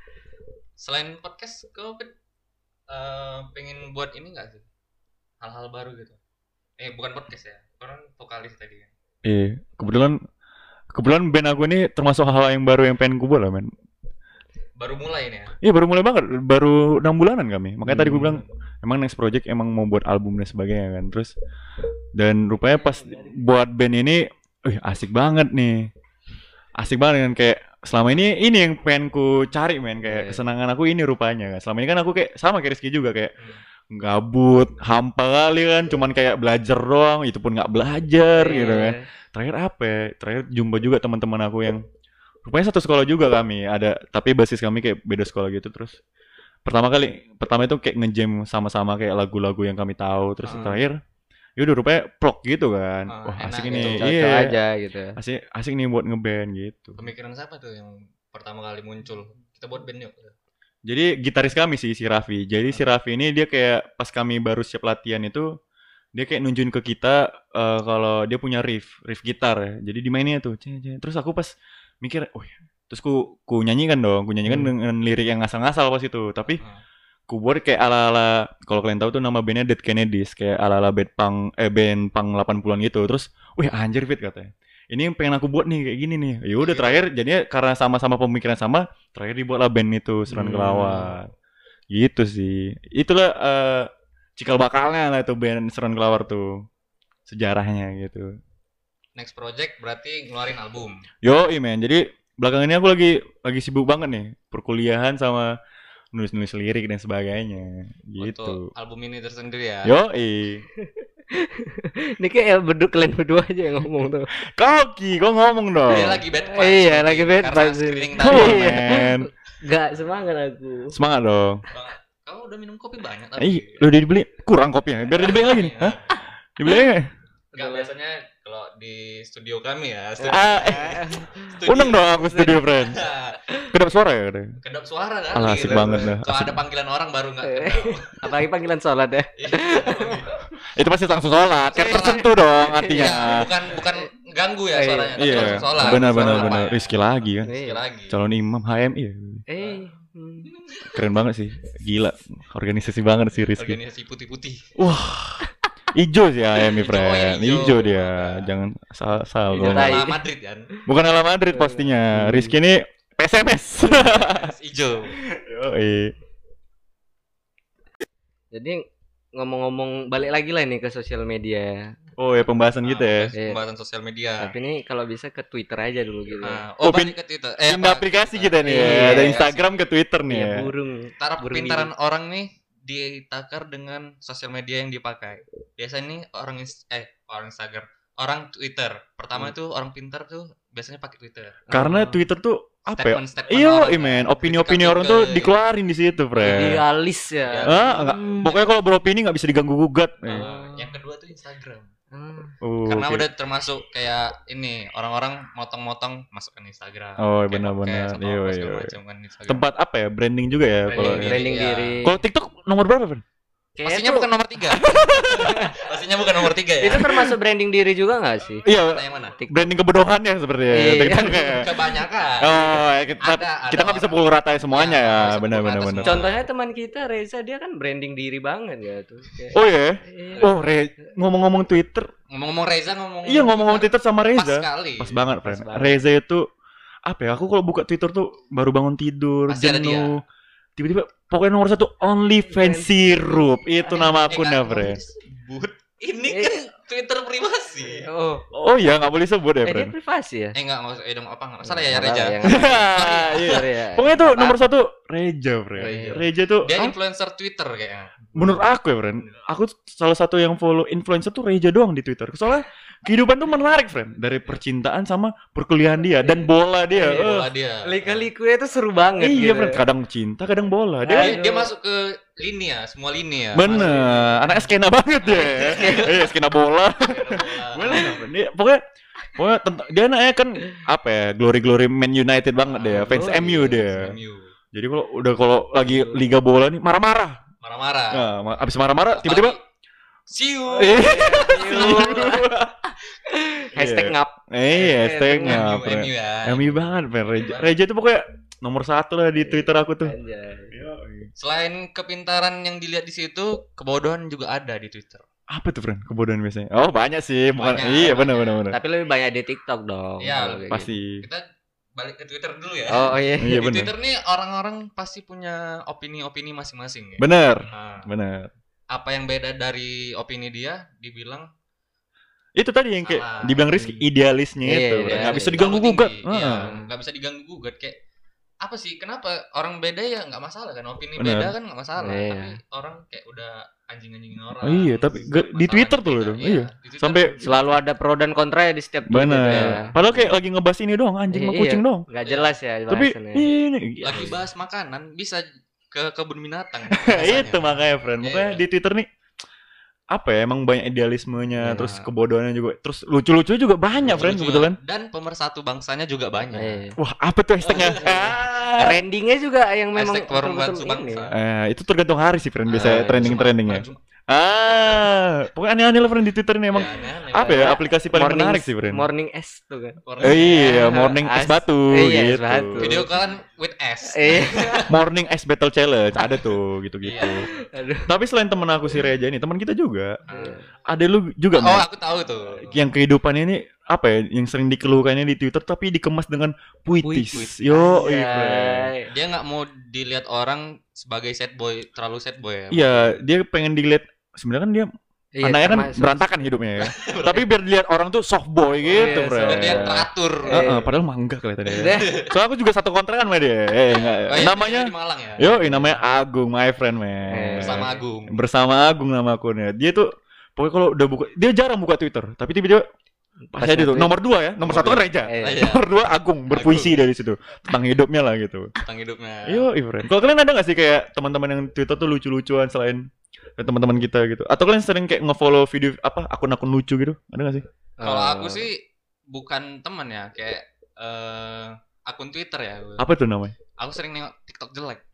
Speaker 3: Selain podcast, kau Pit, eh, pengen buat ini nggak sih? Hal-hal baru gitu. Eh bukan podcast ya, orang vokalis tadi kan.
Speaker 1: Iya, kebetulan kebetulan band aku ini termasuk hal yang baru yang pengen gue buat lah, men.
Speaker 3: Baru mulai ini ya.
Speaker 1: Iya, baru mulai banget, baru enam bulanan kami. Makanya tadi gue
Speaker 2: Hmm.
Speaker 1: bilang emang next project emang mau buat album dan sebagainya kan. Terus dan rupanya pas buat band ini, wih asik banget nih. Asik banget kan kayak selama ini ini yang pengen ku cari men kayak
Speaker 2: Iya.
Speaker 1: kesenangan aku ini rupanya kan. Selama ini kan aku kayak sama kayak Rizky juga kayak gabut, hampa kali kan, cuman kayak belajar doang, itu pun nggak belajar gitu kan.
Speaker 2: Iya.
Speaker 1: Terakhir apa ya? Terakhir jumpa juga teman-teman aku yang rupanya satu sekolah juga kami, ada tapi basis kami kayak beda sekolah gitu. Terus pertama kali pertama itu kayak ngejam sama-sama kayak lagu-lagu yang kami tahu. Terus
Speaker 3: Hmm.
Speaker 1: terakhir yaudah rupanya plok gitu kan.
Speaker 3: Ah,
Speaker 1: Wah,
Speaker 3: enak
Speaker 1: asik
Speaker 3: gitu.
Speaker 1: ini.
Speaker 2: Cocok
Speaker 1: Iya.
Speaker 2: aja gitu.
Speaker 1: Asik asik nih buat ngeband gitu.
Speaker 3: Pemikiran siapa tuh yang pertama kali muncul? Kita buat band yuk.
Speaker 1: Jadi gitaris kami sih si Raffi. Jadi si Raffi ini dia kayak pas kami baru siap latihan itu dia kayak nunjukin ke kita eh, kalau dia punya riff, riff gitar ya. Jadi dimainnya tuh. ceng, ceng. Terus aku pas mikir, oh ya. Terus ku ku nyanyikan dong, ku nyanyikan
Speaker 2: Hmm.
Speaker 1: dengan lirik yang ngasal-ngasal pas itu. Tapi
Speaker 3: Ah.
Speaker 1: ku buat kayak ala-ala kalau kalian tahu tuh nama bandnya Dead Kennedys, kayak ala-ala band punk eh band punk delapan puluhan gitu. Terus, wih anjir Fit katanya. Ini yang pengen aku buat nih kayak gini nih. Ya udah
Speaker 3: Iya.
Speaker 1: terakhir jadinya karena sama-sama pemikiran sama, terakhir dibuatlah band itu Seran
Speaker 2: Hmm.
Speaker 1: Kelawar. Gitu sih. Itulah eh, cikal bakalnya lah itu band Seran Kelawar tuh. Sejarahnya gitu.
Speaker 3: Next project berarti ngeluarin album.
Speaker 1: Yo, men. Jadi belakangan ini aku lagi lagi sibuk banget nih perkuliahan sama nulis-nulis lirik dan sebagainya. Gitu.
Speaker 3: Untuk album ini tersendiri ya.
Speaker 1: Yo,
Speaker 2: Ini kayak berdua kalian berdua aja yang ngomong tuh.
Speaker 1: kau Ki, kau ngomong dong.
Speaker 3: Dia lagi bad vibes.
Speaker 2: Iya,
Speaker 3: berarti,
Speaker 2: lagi bad
Speaker 3: karena
Speaker 2: vibes ini.
Speaker 3: screening
Speaker 1: Come
Speaker 3: tadi.
Speaker 1: on,
Speaker 2: Iya.
Speaker 1: man.
Speaker 2: Gak semangat aku.
Speaker 1: Semangat dong.
Speaker 3: Bang, kamu udah minum kopi banyak
Speaker 1: Eh,
Speaker 3: tapi.
Speaker 1: udah dibeli kurang kopinya. Biar dibeli lagi nih. Hah? Dibeli enggak?
Speaker 3: Enggak, biasanya kalau di studio kami ya, studio.
Speaker 1: Ah, eh,
Speaker 3: studio.
Speaker 1: undang dong aku studio friends. Kedap suara ya katanya.
Speaker 3: Kedap suara kan.
Speaker 1: Alah, asik banget dah.
Speaker 3: Kalau
Speaker 1: Asik.
Speaker 3: ada panggilan orang baru enggak
Speaker 2: Eh,
Speaker 3: kenal.
Speaker 2: Apalagi panggilan sholat ya.
Speaker 1: Itu pasti langsung sholat. Kan
Speaker 3: Sholat.
Speaker 1: tersentuh dong
Speaker 3: Iya,
Speaker 1: hatinya.
Speaker 3: bukan bukan ganggu ya
Speaker 2: Eh,
Speaker 3: suaranya, tapi
Speaker 1: Iya,
Speaker 3: langsung sholat.
Speaker 1: benar benar
Speaker 3: Sholat
Speaker 1: benar.
Speaker 3: apa ya?
Speaker 1: Rizky lagi kan.
Speaker 3: Rizky
Speaker 2: Iya.
Speaker 3: lagi.
Speaker 1: Calon imam H M I ya.
Speaker 2: Eh. hmm.
Speaker 1: Keren banget sih. Gila. Organisasi banget sih Rizky.
Speaker 3: Organisasi putih-putih.
Speaker 1: Wah. Ijo sih H M I
Speaker 3: Ijo,
Speaker 1: friend.
Speaker 3: oh ya, ijo.
Speaker 1: Ijo dia. Jangan salah-salah.
Speaker 2: Ijo tai.
Speaker 3: Real Madrid kan.
Speaker 1: Bukan Real Madrid pastinya. Rizky ini P S M S.
Speaker 3: Ijo.
Speaker 1: Yoi.
Speaker 2: Jadi ngomong-ngomong balik lagi lah nih ke sosial media.
Speaker 1: Oh ya pembahasan gitu ya.
Speaker 3: Nah, pembahasan sosial media.
Speaker 2: Tapi ini kalau bisa ke Twitter aja dulu gitu.
Speaker 3: Nah,
Speaker 1: Oh,
Speaker 3: oh, balik
Speaker 1: pin-
Speaker 3: ke Twitter. Eh,
Speaker 1: Pindah
Speaker 3: apa?
Speaker 1: aplikasi kita nih ya.
Speaker 2: Iya.
Speaker 1: Dari Instagram ke Twitter nih
Speaker 2: Iya,
Speaker 1: ya.
Speaker 2: burung.
Speaker 3: Taraf
Speaker 2: burung
Speaker 3: kepintaran orang nih ditakar dengan sosial media yang dipakai. Biasanya nih orang ins- eh orang Instagram, orang Twitter. Pertama
Speaker 2: Hmm.
Speaker 3: itu orang pintar tuh biasanya pakai Twitter.
Speaker 1: Karena
Speaker 2: Oh.
Speaker 1: Twitter tuh apa ya?
Speaker 3: Statement-statement
Speaker 1: Iya,
Speaker 3: orang,
Speaker 1: men.
Speaker 3: kan.
Speaker 1: Opini-opini
Speaker 3: Kritik
Speaker 1: orang tuh
Speaker 3: ke-
Speaker 1: dikeluarin di situ, friend.
Speaker 2: Idealis ya.
Speaker 3: Ya.
Speaker 1: Ah, enggak.
Speaker 2: Hmm.
Speaker 1: Pokoknya kalau beropini nggak bisa diganggu gugat.
Speaker 3: Nah, yang kedua tuh Instagram.
Speaker 2: Hmm.
Speaker 1: Oh,
Speaker 3: Karena
Speaker 1: oke.
Speaker 3: udah termasuk kayak ini orang-orang motong-motong masukkan Instagram.
Speaker 1: Oh,
Speaker 3: Kayak
Speaker 1: benar-benar.
Speaker 3: podcast atau
Speaker 1: Iya,
Speaker 3: apa
Speaker 1: iya,
Speaker 3: segala
Speaker 1: iya.
Speaker 3: macam kan Instagram.
Speaker 1: Tempat apa ya? Branding juga ya
Speaker 3: Branding
Speaker 1: kalau
Speaker 3: diri.
Speaker 2: Branding
Speaker 3: ya.
Speaker 2: diri.
Speaker 1: Kalau TikTok nomor berapa, friend?
Speaker 2: Kayaknya
Speaker 3: Pastinya
Speaker 2: tuh-
Speaker 3: bukan nomor tiga. Pastinya bukan nomor tiga ya.
Speaker 2: Itu termasuk branding diri juga nggak sih?
Speaker 1: Iya,
Speaker 3: Kata yang mana?
Speaker 2: TikTok.
Speaker 1: branding kebodohan ya seperti ya.
Speaker 2: Iya.
Speaker 1: TikTok ya.
Speaker 3: Kebanyakan.
Speaker 1: Oh, ya, kita
Speaker 3: Ada- ada
Speaker 1: kita nggak bisa
Speaker 3: orang.
Speaker 1: pukul rata semuanya
Speaker 3: Iya,
Speaker 1: ya.
Speaker 3: nggak bisa
Speaker 1: Benar
Speaker 3: pukul
Speaker 1: benar
Speaker 3: rata
Speaker 1: benar.
Speaker 3: semua.
Speaker 2: Contohnya teman kita Reza, dia kan branding diri banget ya tuh. Kayak-
Speaker 1: Oh ya.
Speaker 2: Iya.
Speaker 1: Oh, Re, ngomong-ngomong Twitter.
Speaker 3: Ngomong-ngomong Reza ngomong.
Speaker 1: Iya, ngomong-ngomong Twitter sama
Speaker 3: Pas
Speaker 1: Reza.
Speaker 3: sekali.
Speaker 1: Pas banget, friend.
Speaker 2: banget.
Speaker 1: Reza itu apa ya? Aku kalau buka Twitter tuh baru bangun tidur,
Speaker 3: Pasti ada
Speaker 1: jenuh. Tiba-tiba pokoknya nomor satu Only Fancy Rup. Itu nama akunnya,
Speaker 3: Eh, nggak
Speaker 1: friend.
Speaker 3: boleh disebut. Ini kan Twitter privasi.
Speaker 2: Oh,
Speaker 1: Oh iya, nggak boleh sebut ya,
Speaker 2: eh, dia
Speaker 1: friend.
Speaker 2: privasi ya?
Speaker 3: Eh enggak maksud eh dong apa enggak salah ya, ya
Speaker 2: Salah
Speaker 3: Reza.
Speaker 2: ya,
Speaker 1: Iya.
Speaker 2: sorry ya.
Speaker 1: Pokoknya tuh
Speaker 2: Apa?
Speaker 1: nomor satu Reja, friend.
Speaker 3: Reja.
Speaker 1: Reja tuh
Speaker 3: Dia
Speaker 1: ah,
Speaker 3: influencer Twitter kayaknya.
Speaker 1: menurut aku ya, friend. Aku salah satu yang follow influencer tuh Reja doang di Twitter. Soalnya kehidupan tuh menarik, friend. Dari percintaan sama perkuliahan dia dan bola dia.
Speaker 3: Iya,
Speaker 1: Eh,
Speaker 3: bola dia.
Speaker 2: Lika-likunya tuh seru banget
Speaker 1: Iya,
Speaker 2: gitu.
Speaker 1: friend. Kadang cinta, kadang bola. Dia
Speaker 3: Dia, dia masuk ke lini ya, semua lini ya.
Speaker 1: bener, anak skena banget ya. Iya, skena bola.
Speaker 3: Masuk ke bola.
Speaker 1: Bener, friend. Dia, pokoknya pokoknya tentang dia anaknya kan apa ya, glory-glory Man United banget dia, fans
Speaker 2: glory.
Speaker 1: M U dia.
Speaker 3: M U.
Speaker 1: Jadi kalau udah kalau lagi liga bola nih marah-marah.
Speaker 3: Marah-marah.
Speaker 1: Nah, ma- abis marah-marah tiba-tiba
Speaker 3: See you.
Speaker 1: eh
Speaker 2: Hashtag
Speaker 1: Iya.
Speaker 2: ngap.
Speaker 1: eh hashtagnya
Speaker 3: M U,
Speaker 1: apa?
Speaker 3: M U ya.
Speaker 1: M U banget, friend. Reja. Reja tuh pokoknya nomor satu lah di Twitter aku tuh.
Speaker 2: Anjay.
Speaker 3: Selain kepintaran yang dilihat di situ, kebodohan juga ada di Twitter.
Speaker 1: Apa tuh, friend? Kebodohan biasanya. Oh, banyak sih, bukan.
Speaker 3: Banyak,
Speaker 1: Iya,
Speaker 3: banyak.
Speaker 1: benar benar benar.
Speaker 2: Tapi lebih banyak di TikTok dong.
Speaker 3: Iya,
Speaker 2: kalau kayak gitu.
Speaker 1: Pasti.
Speaker 3: Kita balik ke Twitter dulu ya.
Speaker 2: Oh, oh iya.
Speaker 1: Iya,
Speaker 3: di
Speaker 1: benar.
Speaker 3: Twitter nih orang-orang pasti punya opini-opini masing-masing ya.
Speaker 1: Benar.
Speaker 3: Nah,
Speaker 1: Benar.
Speaker 3: apa yang beda dari opini dia dibilang
Speaker 1: Itu tadi yang kayak
Speaker 3: Salah.
Speaker 1: dibilang Rizky idealisnya
Speaker 2: Iya,
Speaker 1: itu.
Speaker 2: iya,
Speaker 1: Friend. Nggak
Speaker 2: iya.
Speaker 1: bisa diganggu
Speaker 3: terlalu
Speaker 1: gugat.
Speaker 3: tinggi. Iya,
Speaker 1: Heeh.
Speaker 3: nggak bisa diganggu gugat kayak apa sih? Kenapa orang beda ya nggak masalah kan? Opini
Speaker 1: Benar.
Speaker 3: beda kan nggak masalah.
Speaker 2: Iya.
Speaker 3: Tapi orang kayak udah anjing-anjingin orang.
Speaker 1: Oh, iya, tapi
Speaker 3: Terus
Speaker 1: ge- di
Speaker 3: masalah
Speaker 1: Twitter tuh loh,
Speaker 3: beda.
Speaker 1: dong. Iya.
Speaker 3: di Twitter
Speaker 1: Sampai-
Speaker 2: Selalu ada pro dan kontra ya di setiap tweet itu ya.
Speaker 1: Benar. Padahal kayak lagi ngebahas ini doang, anjing sama
Speaker 2: Iya,
Speaker 1: kucing
Speaker 2: iya.
Speaker 1: doang.
Speaker 2: Nggak jelas ya
Speaker 1: Tapi
Speaker 2: bahasannya.
Speaker 1: ini
Speaker 3: lagi bahas makanan bisa ke kebun binatang.
Speaker 1: itu makanya, friend. Makanya
Speaker 3: Iya.
Speaker 1: di Twitter nih apa ya, emang banyak idealismenya,
Speaker 2: Iya.
Speaker 1: terus kebodohannya juga, terus lucu-lucu juga banyak, friend,
Speaker 3: Lucu
Speaker 1: kebetulan.
Speaker 3: juga. Dan pemersatu bangsanya juga banyak.
Speaker 2: Iya.
Speaker 1: Wah, apa tuh hashtagnya? Ah.
Speaker 2: Trendingnya juga yang memang
Speaker 3: Hashtag pemersatu
Speaker 2: betul-betul ini.
Speaker 3: bangsa.
Speaker 1: Eh, itu tergantung hari sih, friend. Biasa
Speaker 2: Ah,
Speaker 1: trending-trendingnya.
Speaker 3: Cuma-
Speaker 1: Ah, pokoknya aneh-aneh lah, friend, di Twitter ini emang.
Speaker 3: Ya, aneh-aneh,
Speaker 1: Apa
Speaker 3: Pak.
Speaker 1: ya, aplikasi paling
Speaker 2: Morning-
Speaker 1: menarik sih, friend.
Speaker 2: Morning S tuh kan.
Speaker 3: Morning-
Speaker 1: Eh, iya,
Speaker 2: Ah,
Speaker 1: morning es
Speaker 2: as-
Speaker 1: batu
Speaker 2: iya, es
Speaker 1: gitu.
Speaker 2: batu.
Speaker 3: Video kalian with S.
Speaker 2: Eh,
Speaker 1: Morning es battle challenge ada tuh gitu-gitu.
Speaker 3: Iya.
Speaker 2: aduh.
Speaker 1: Tapi selain temen aku si Reja ini, teman kita juga. Ada lu juga,
Speaker 3: Oh,
Speaker 1: Mas,
Speaker 3: aku tahu tuh.
Speaker 1: yang kehidupannya ini apa ya, yang sering dikeluhkannya di Twitter tapi dikemas dengan puitis.
Speaker 3: Puitis.
Speaker 1: Yo,
Speaker 2: Anjay.
Speaker 1: iya, friend.
Speaker 3: Dia nggak mau dilihat orang sebagai sad boy, terlalu sad boy ya.
Speaker 1: Iya, dia pengen dilihat sebenarnya kan dia
Speaker 2: Iya,
Speaker 1: anaknya kan
Speaker 2: termasuk-
Speaker 1: berantakan hidupnya ya. Tapi biar dilihat orang tuh soft boy gitu,
Speaker 2: Iya,
Speaker 1: friend.
Speaker 3: Dan dia teratur.
Speaker 2: Iya.
Speaker 1: Heeh, padahal mah enggak kelihatannya.
Speaker 2: Udah.
Speaker 1: Soalnya aku juga satu kontrakan sama dia. Eh, enggak.
Speaker 3: Oh, iya,
Speaker 1: Namanya
Speaker 3: di Malang ya.
Speaker 1: Yo, namanya Agung, my friend, man.
Speaker 2: Eh,
Speaker 3: Bersama Agung.
Speaker 1: Bersama Agung nama akunnya. Dia tuh pokoknya kalau udah buka, dia jarang buka Twitter, tapi tiba-tiba Pas itu tuh nomor dua ya, nomor satu kan Reja,
Speaker 2: Iya.
Speaker 1: nomor dua Agung berpuisi dari situ tentang hidupnya lah gitu.
Speaker 3: Tentang hidupnya.
Speaker 1: Yo, friend. Kalau kalian ada nggak sih kayak teman-teman yang Twitter tuh lucu-lucuan selain teman-teman kita gitu? Atau kalian sering kayak nge-follow video apa akun-akun lucu gitu? Ada nggak sih?
Speaker 3: Kalau
Speaker 2: Eh,
Speaker 3: aku sih bukan teman ya, kayak eh, akun Twitter ya.
Speaker 1: Apa tuh namanya?
Speaker 3: Aku sering nengok TikTok jelek.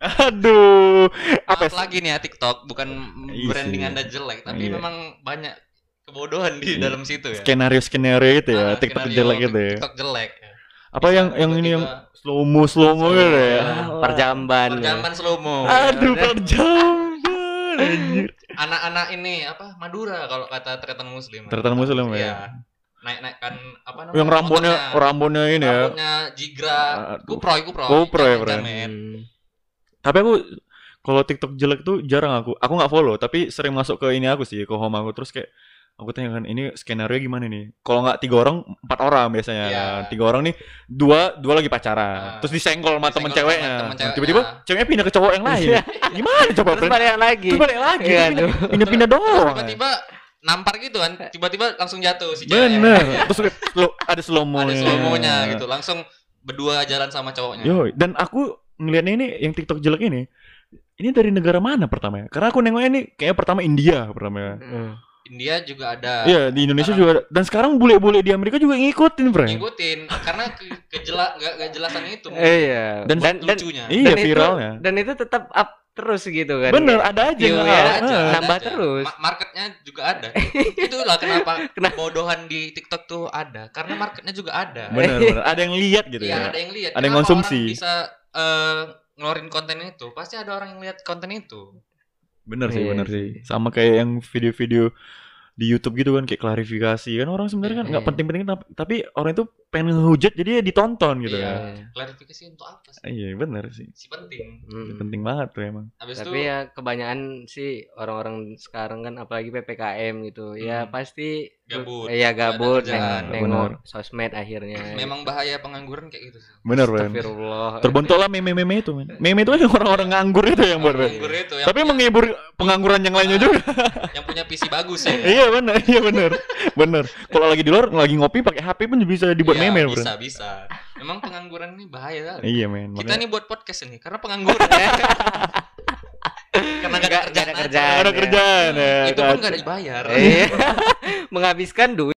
Speaker 1: Aduh, apa
Speaker 3: Maaf
Speaker 1: sih?
Speaker 3: lagi nih ya TikTok, bukan
Speaker 1: Iya
Speaker 3: branding
Speaker 1: sih.
Speaker 3: Anda jelek, tapi
Speaker 1: Iya.
Speaker 3: memang banyak kebodohan di
Speaker 1: Iya.
Speaker 3: dalam situ ya.
Speaker 1: Skenario-skenario gitu ya,
Speaker 3: Ah,
Speaker 1: TikTok
Speaker 3: skenario
Speaker 1: jelek gitu ya.
Speaker 3: TikTok jelek.
Speaker 1: Apa
Speaker 3: Bisa
Speaker 1: yang yang ini yang
Speaker 3: tiba-tiba
Speaker 1: slow mo slow mo gitu ya?
Speaker 2: Ah, perjamban.
Speaker 3: perjamban slow mo.
Speaker 1: Aduh,
Speaker 2: Udah.
Speaker 1: perjamban anjir.
Speaker 3: Anak-anak ini apa? Madura kalau kata Tretan Muslim.
Speaker 1: Tretan Muslim ya?
Speaker 3: Iya. Naik-naikkan apa namanya?
Speaker 1: Yang rambutnya
Speaker 3: motornya.
Speaker 1: rambutnya ini ya.
Speaker 3: Rambutnya jigra,
Speaker 1: Aduh.
Speaker 3: kuproy, kuproy.
Speaker 1: Kuproy,
Speaker 3: Jamet,
Speaker 1: bro.
Speaker 3: jamet.
Speaker 2: Hmm.
Speaker 1: Tapi aku kalau TikTok jelek tuh jarang aku. Aku nggak follow, tapi sering masuk ke ini aku sih, ke home aku terus kayak aku tanya kan ini skenario gimana nih? Kalau nggak tiga orang, empat orang biasanya.
Speaker 3: Iya.
Speaker 1: Tiga orang nih, dua dua lagi pacaran.
Speaker 3: Ah.
Speaker 1: Terus disenggol sama temen
Speaker 3: Disenggol sama
Speaker 1: ceweknya.
Speaker 3: temen ceweknya.
Speaker 1: Tiba-tiba ceweknya pindah ke cowok yang lain. Gimana coba?
Speaker 2: Terus
Speaker 1: friend?
Speaker 2: balik lagi.
Speaker 1: Terus balik lagi.
Speaker 2: Iya,
Speaker 1: pindah-
Speaker 2: aduh.
Speaker 1: Pindah-pindah doang.
Speaker 3: Tiba-tiba nampar gitu kan, tiba-tiba langsung jatuh si cewek.
Speaker 1: Bener. Terus slow, ada slow mo.
Speaker 3: Ada slow mo-nya gitu, langsung berdua jalan sama cowoknya.
Speaker 1: Yo, dan aku ngelihatnya ini yang TikTok jelek ini. Ini dari negara mana pertama ya? Karena aku nengoknya ini kayaknya pertama India pertama ya.
Speaker 2: Hmm.
Speaker 3: India juga ada.
Speaker 1: Iya, di Indonesia
Speaker 3: Sekarang-
Speaker 1: juga ada. Dan sekarang bule-bule di Amerika juga ngikutin, friend.
Speaker 3: Ngikutin karena ke kejela nggak nggak jelasan itu.
Speaker 2: Iya.
Speaker 1: Dan-
Speaker 2: dan dan,
Speaker 3: lucunya.
Speaker 1: Iya,
Speaker 2: dan
Speaker 1: viralnya.
Speaker 2: Itu, dan itu tetap up terus gitu kan.
Speaker 1: Bener, ada aja
Speaker 2: View
Speaker 1: yang
Speaker 2: ya,
Speaker 1: ah,
Speaker 3: Ada aja,
Speaker 1: ah.
Speaker 3: ada
Speaker 2: nambah
Speaker 3: aja.
Speaker 2: terus.
Speaker 3: Ma- marketnya juga ada. Itulah kenapa
Speaker 2: Kenapa?
Speaker 3: kebodohan di TikTok tuh ada. Karena marketnya juga ada.
Speaker 1: Bener, bener. Ada yang lihat gitu
Speaker 3: Iya,
Speaker 1: ya.
Speaker 3: ada yang lihat.
Speaker 1: Ada yang
Speaker 3: Kenapa
Speaker 1: konsumsi.
Speaker 3: orang bisa eh, ngeluarin konten itu? Pasti ada orang yang lihat konten itu.
Speaker 1: Bener sih,
Speaker 2: Iya
Speaker 1: bener
Speaker 2: sih.
Speaker 1: sih. Sama kayak yang video-video di YouTube gitu kan kayak klarifikasi kan orang sebenarnya kan nggak
Speaker 2: Iya.
Speaker 1: penting-penting tap- tapi orang itu pengen ngehujat jadi ya ditonton gitu
Speaker 3: Iya.
Speaker 1: kan.
Speaker 3: Klarifikasi untuk apa sih?
Speaker 1: Iya, bener sih.
Speaker 3: Si penting.
Speaker 2: Hmm.
Speaker 1: Penting banget tuh emang.
Speaker 3: Habis itu
Speaker 2: Tapi ya kebanyakan sih orang-orang sekarang kan apalagi P P K M gitu. Ya
Speaker 3: Hmm.
Speaker 2: pasti
Speaker 3: Gabut.
Speaker 2: Iya
Speaker 3: Nggak ada
Speaker 2: gabut
Speaker 3: kerjaan.
Speaker 2: neng- nengok sosmed akhirnya.
Speaker 3: memang bahaya pengangguran kayak gitu sih.
Speaker 1: Bener, bener.
Speaker 2: Astagfirullah.
Speaker 1: Terbentuklah meme-meme itu, men. Meme itu kan orang-orang nganggur itu yang buat, men.
Speaker 3: Penganggur itu yang
Speaker 1: Tapi
Speaker 3: punya,
Speaker 1: menghibur pengangguran yang lainnya juga.
Speaker 3: yang punya P C bagus ya.
Speaker 1: Iya benar, iya benar, benar. Kalau lagi di luar, lagi ngopi pakai H P pun bisa dibuat
Speaker 3: Iya,
Speaker 1: meme, bro.
Speaker 3: bisa bisa. Memang pengangguran ini bahaya kali.
Speaker 1: Iya men.
Speaker 3: Kita
Speaker 1: makanya-
Speaker 3: nih buat podcast ini karena pengangguran. Karena gak ada
Speaker 2: Nggak- nggak
Speaker 3: kerjaan.
Speaker 2: ada
Speaker 3: aja.
Speaker 2: kerjaan.
Speaker 1: ada kerjaan ya.
Speaker 3: Itu pun gak ada dibayar.
Speaker 2: Iya. Menghabiskan duit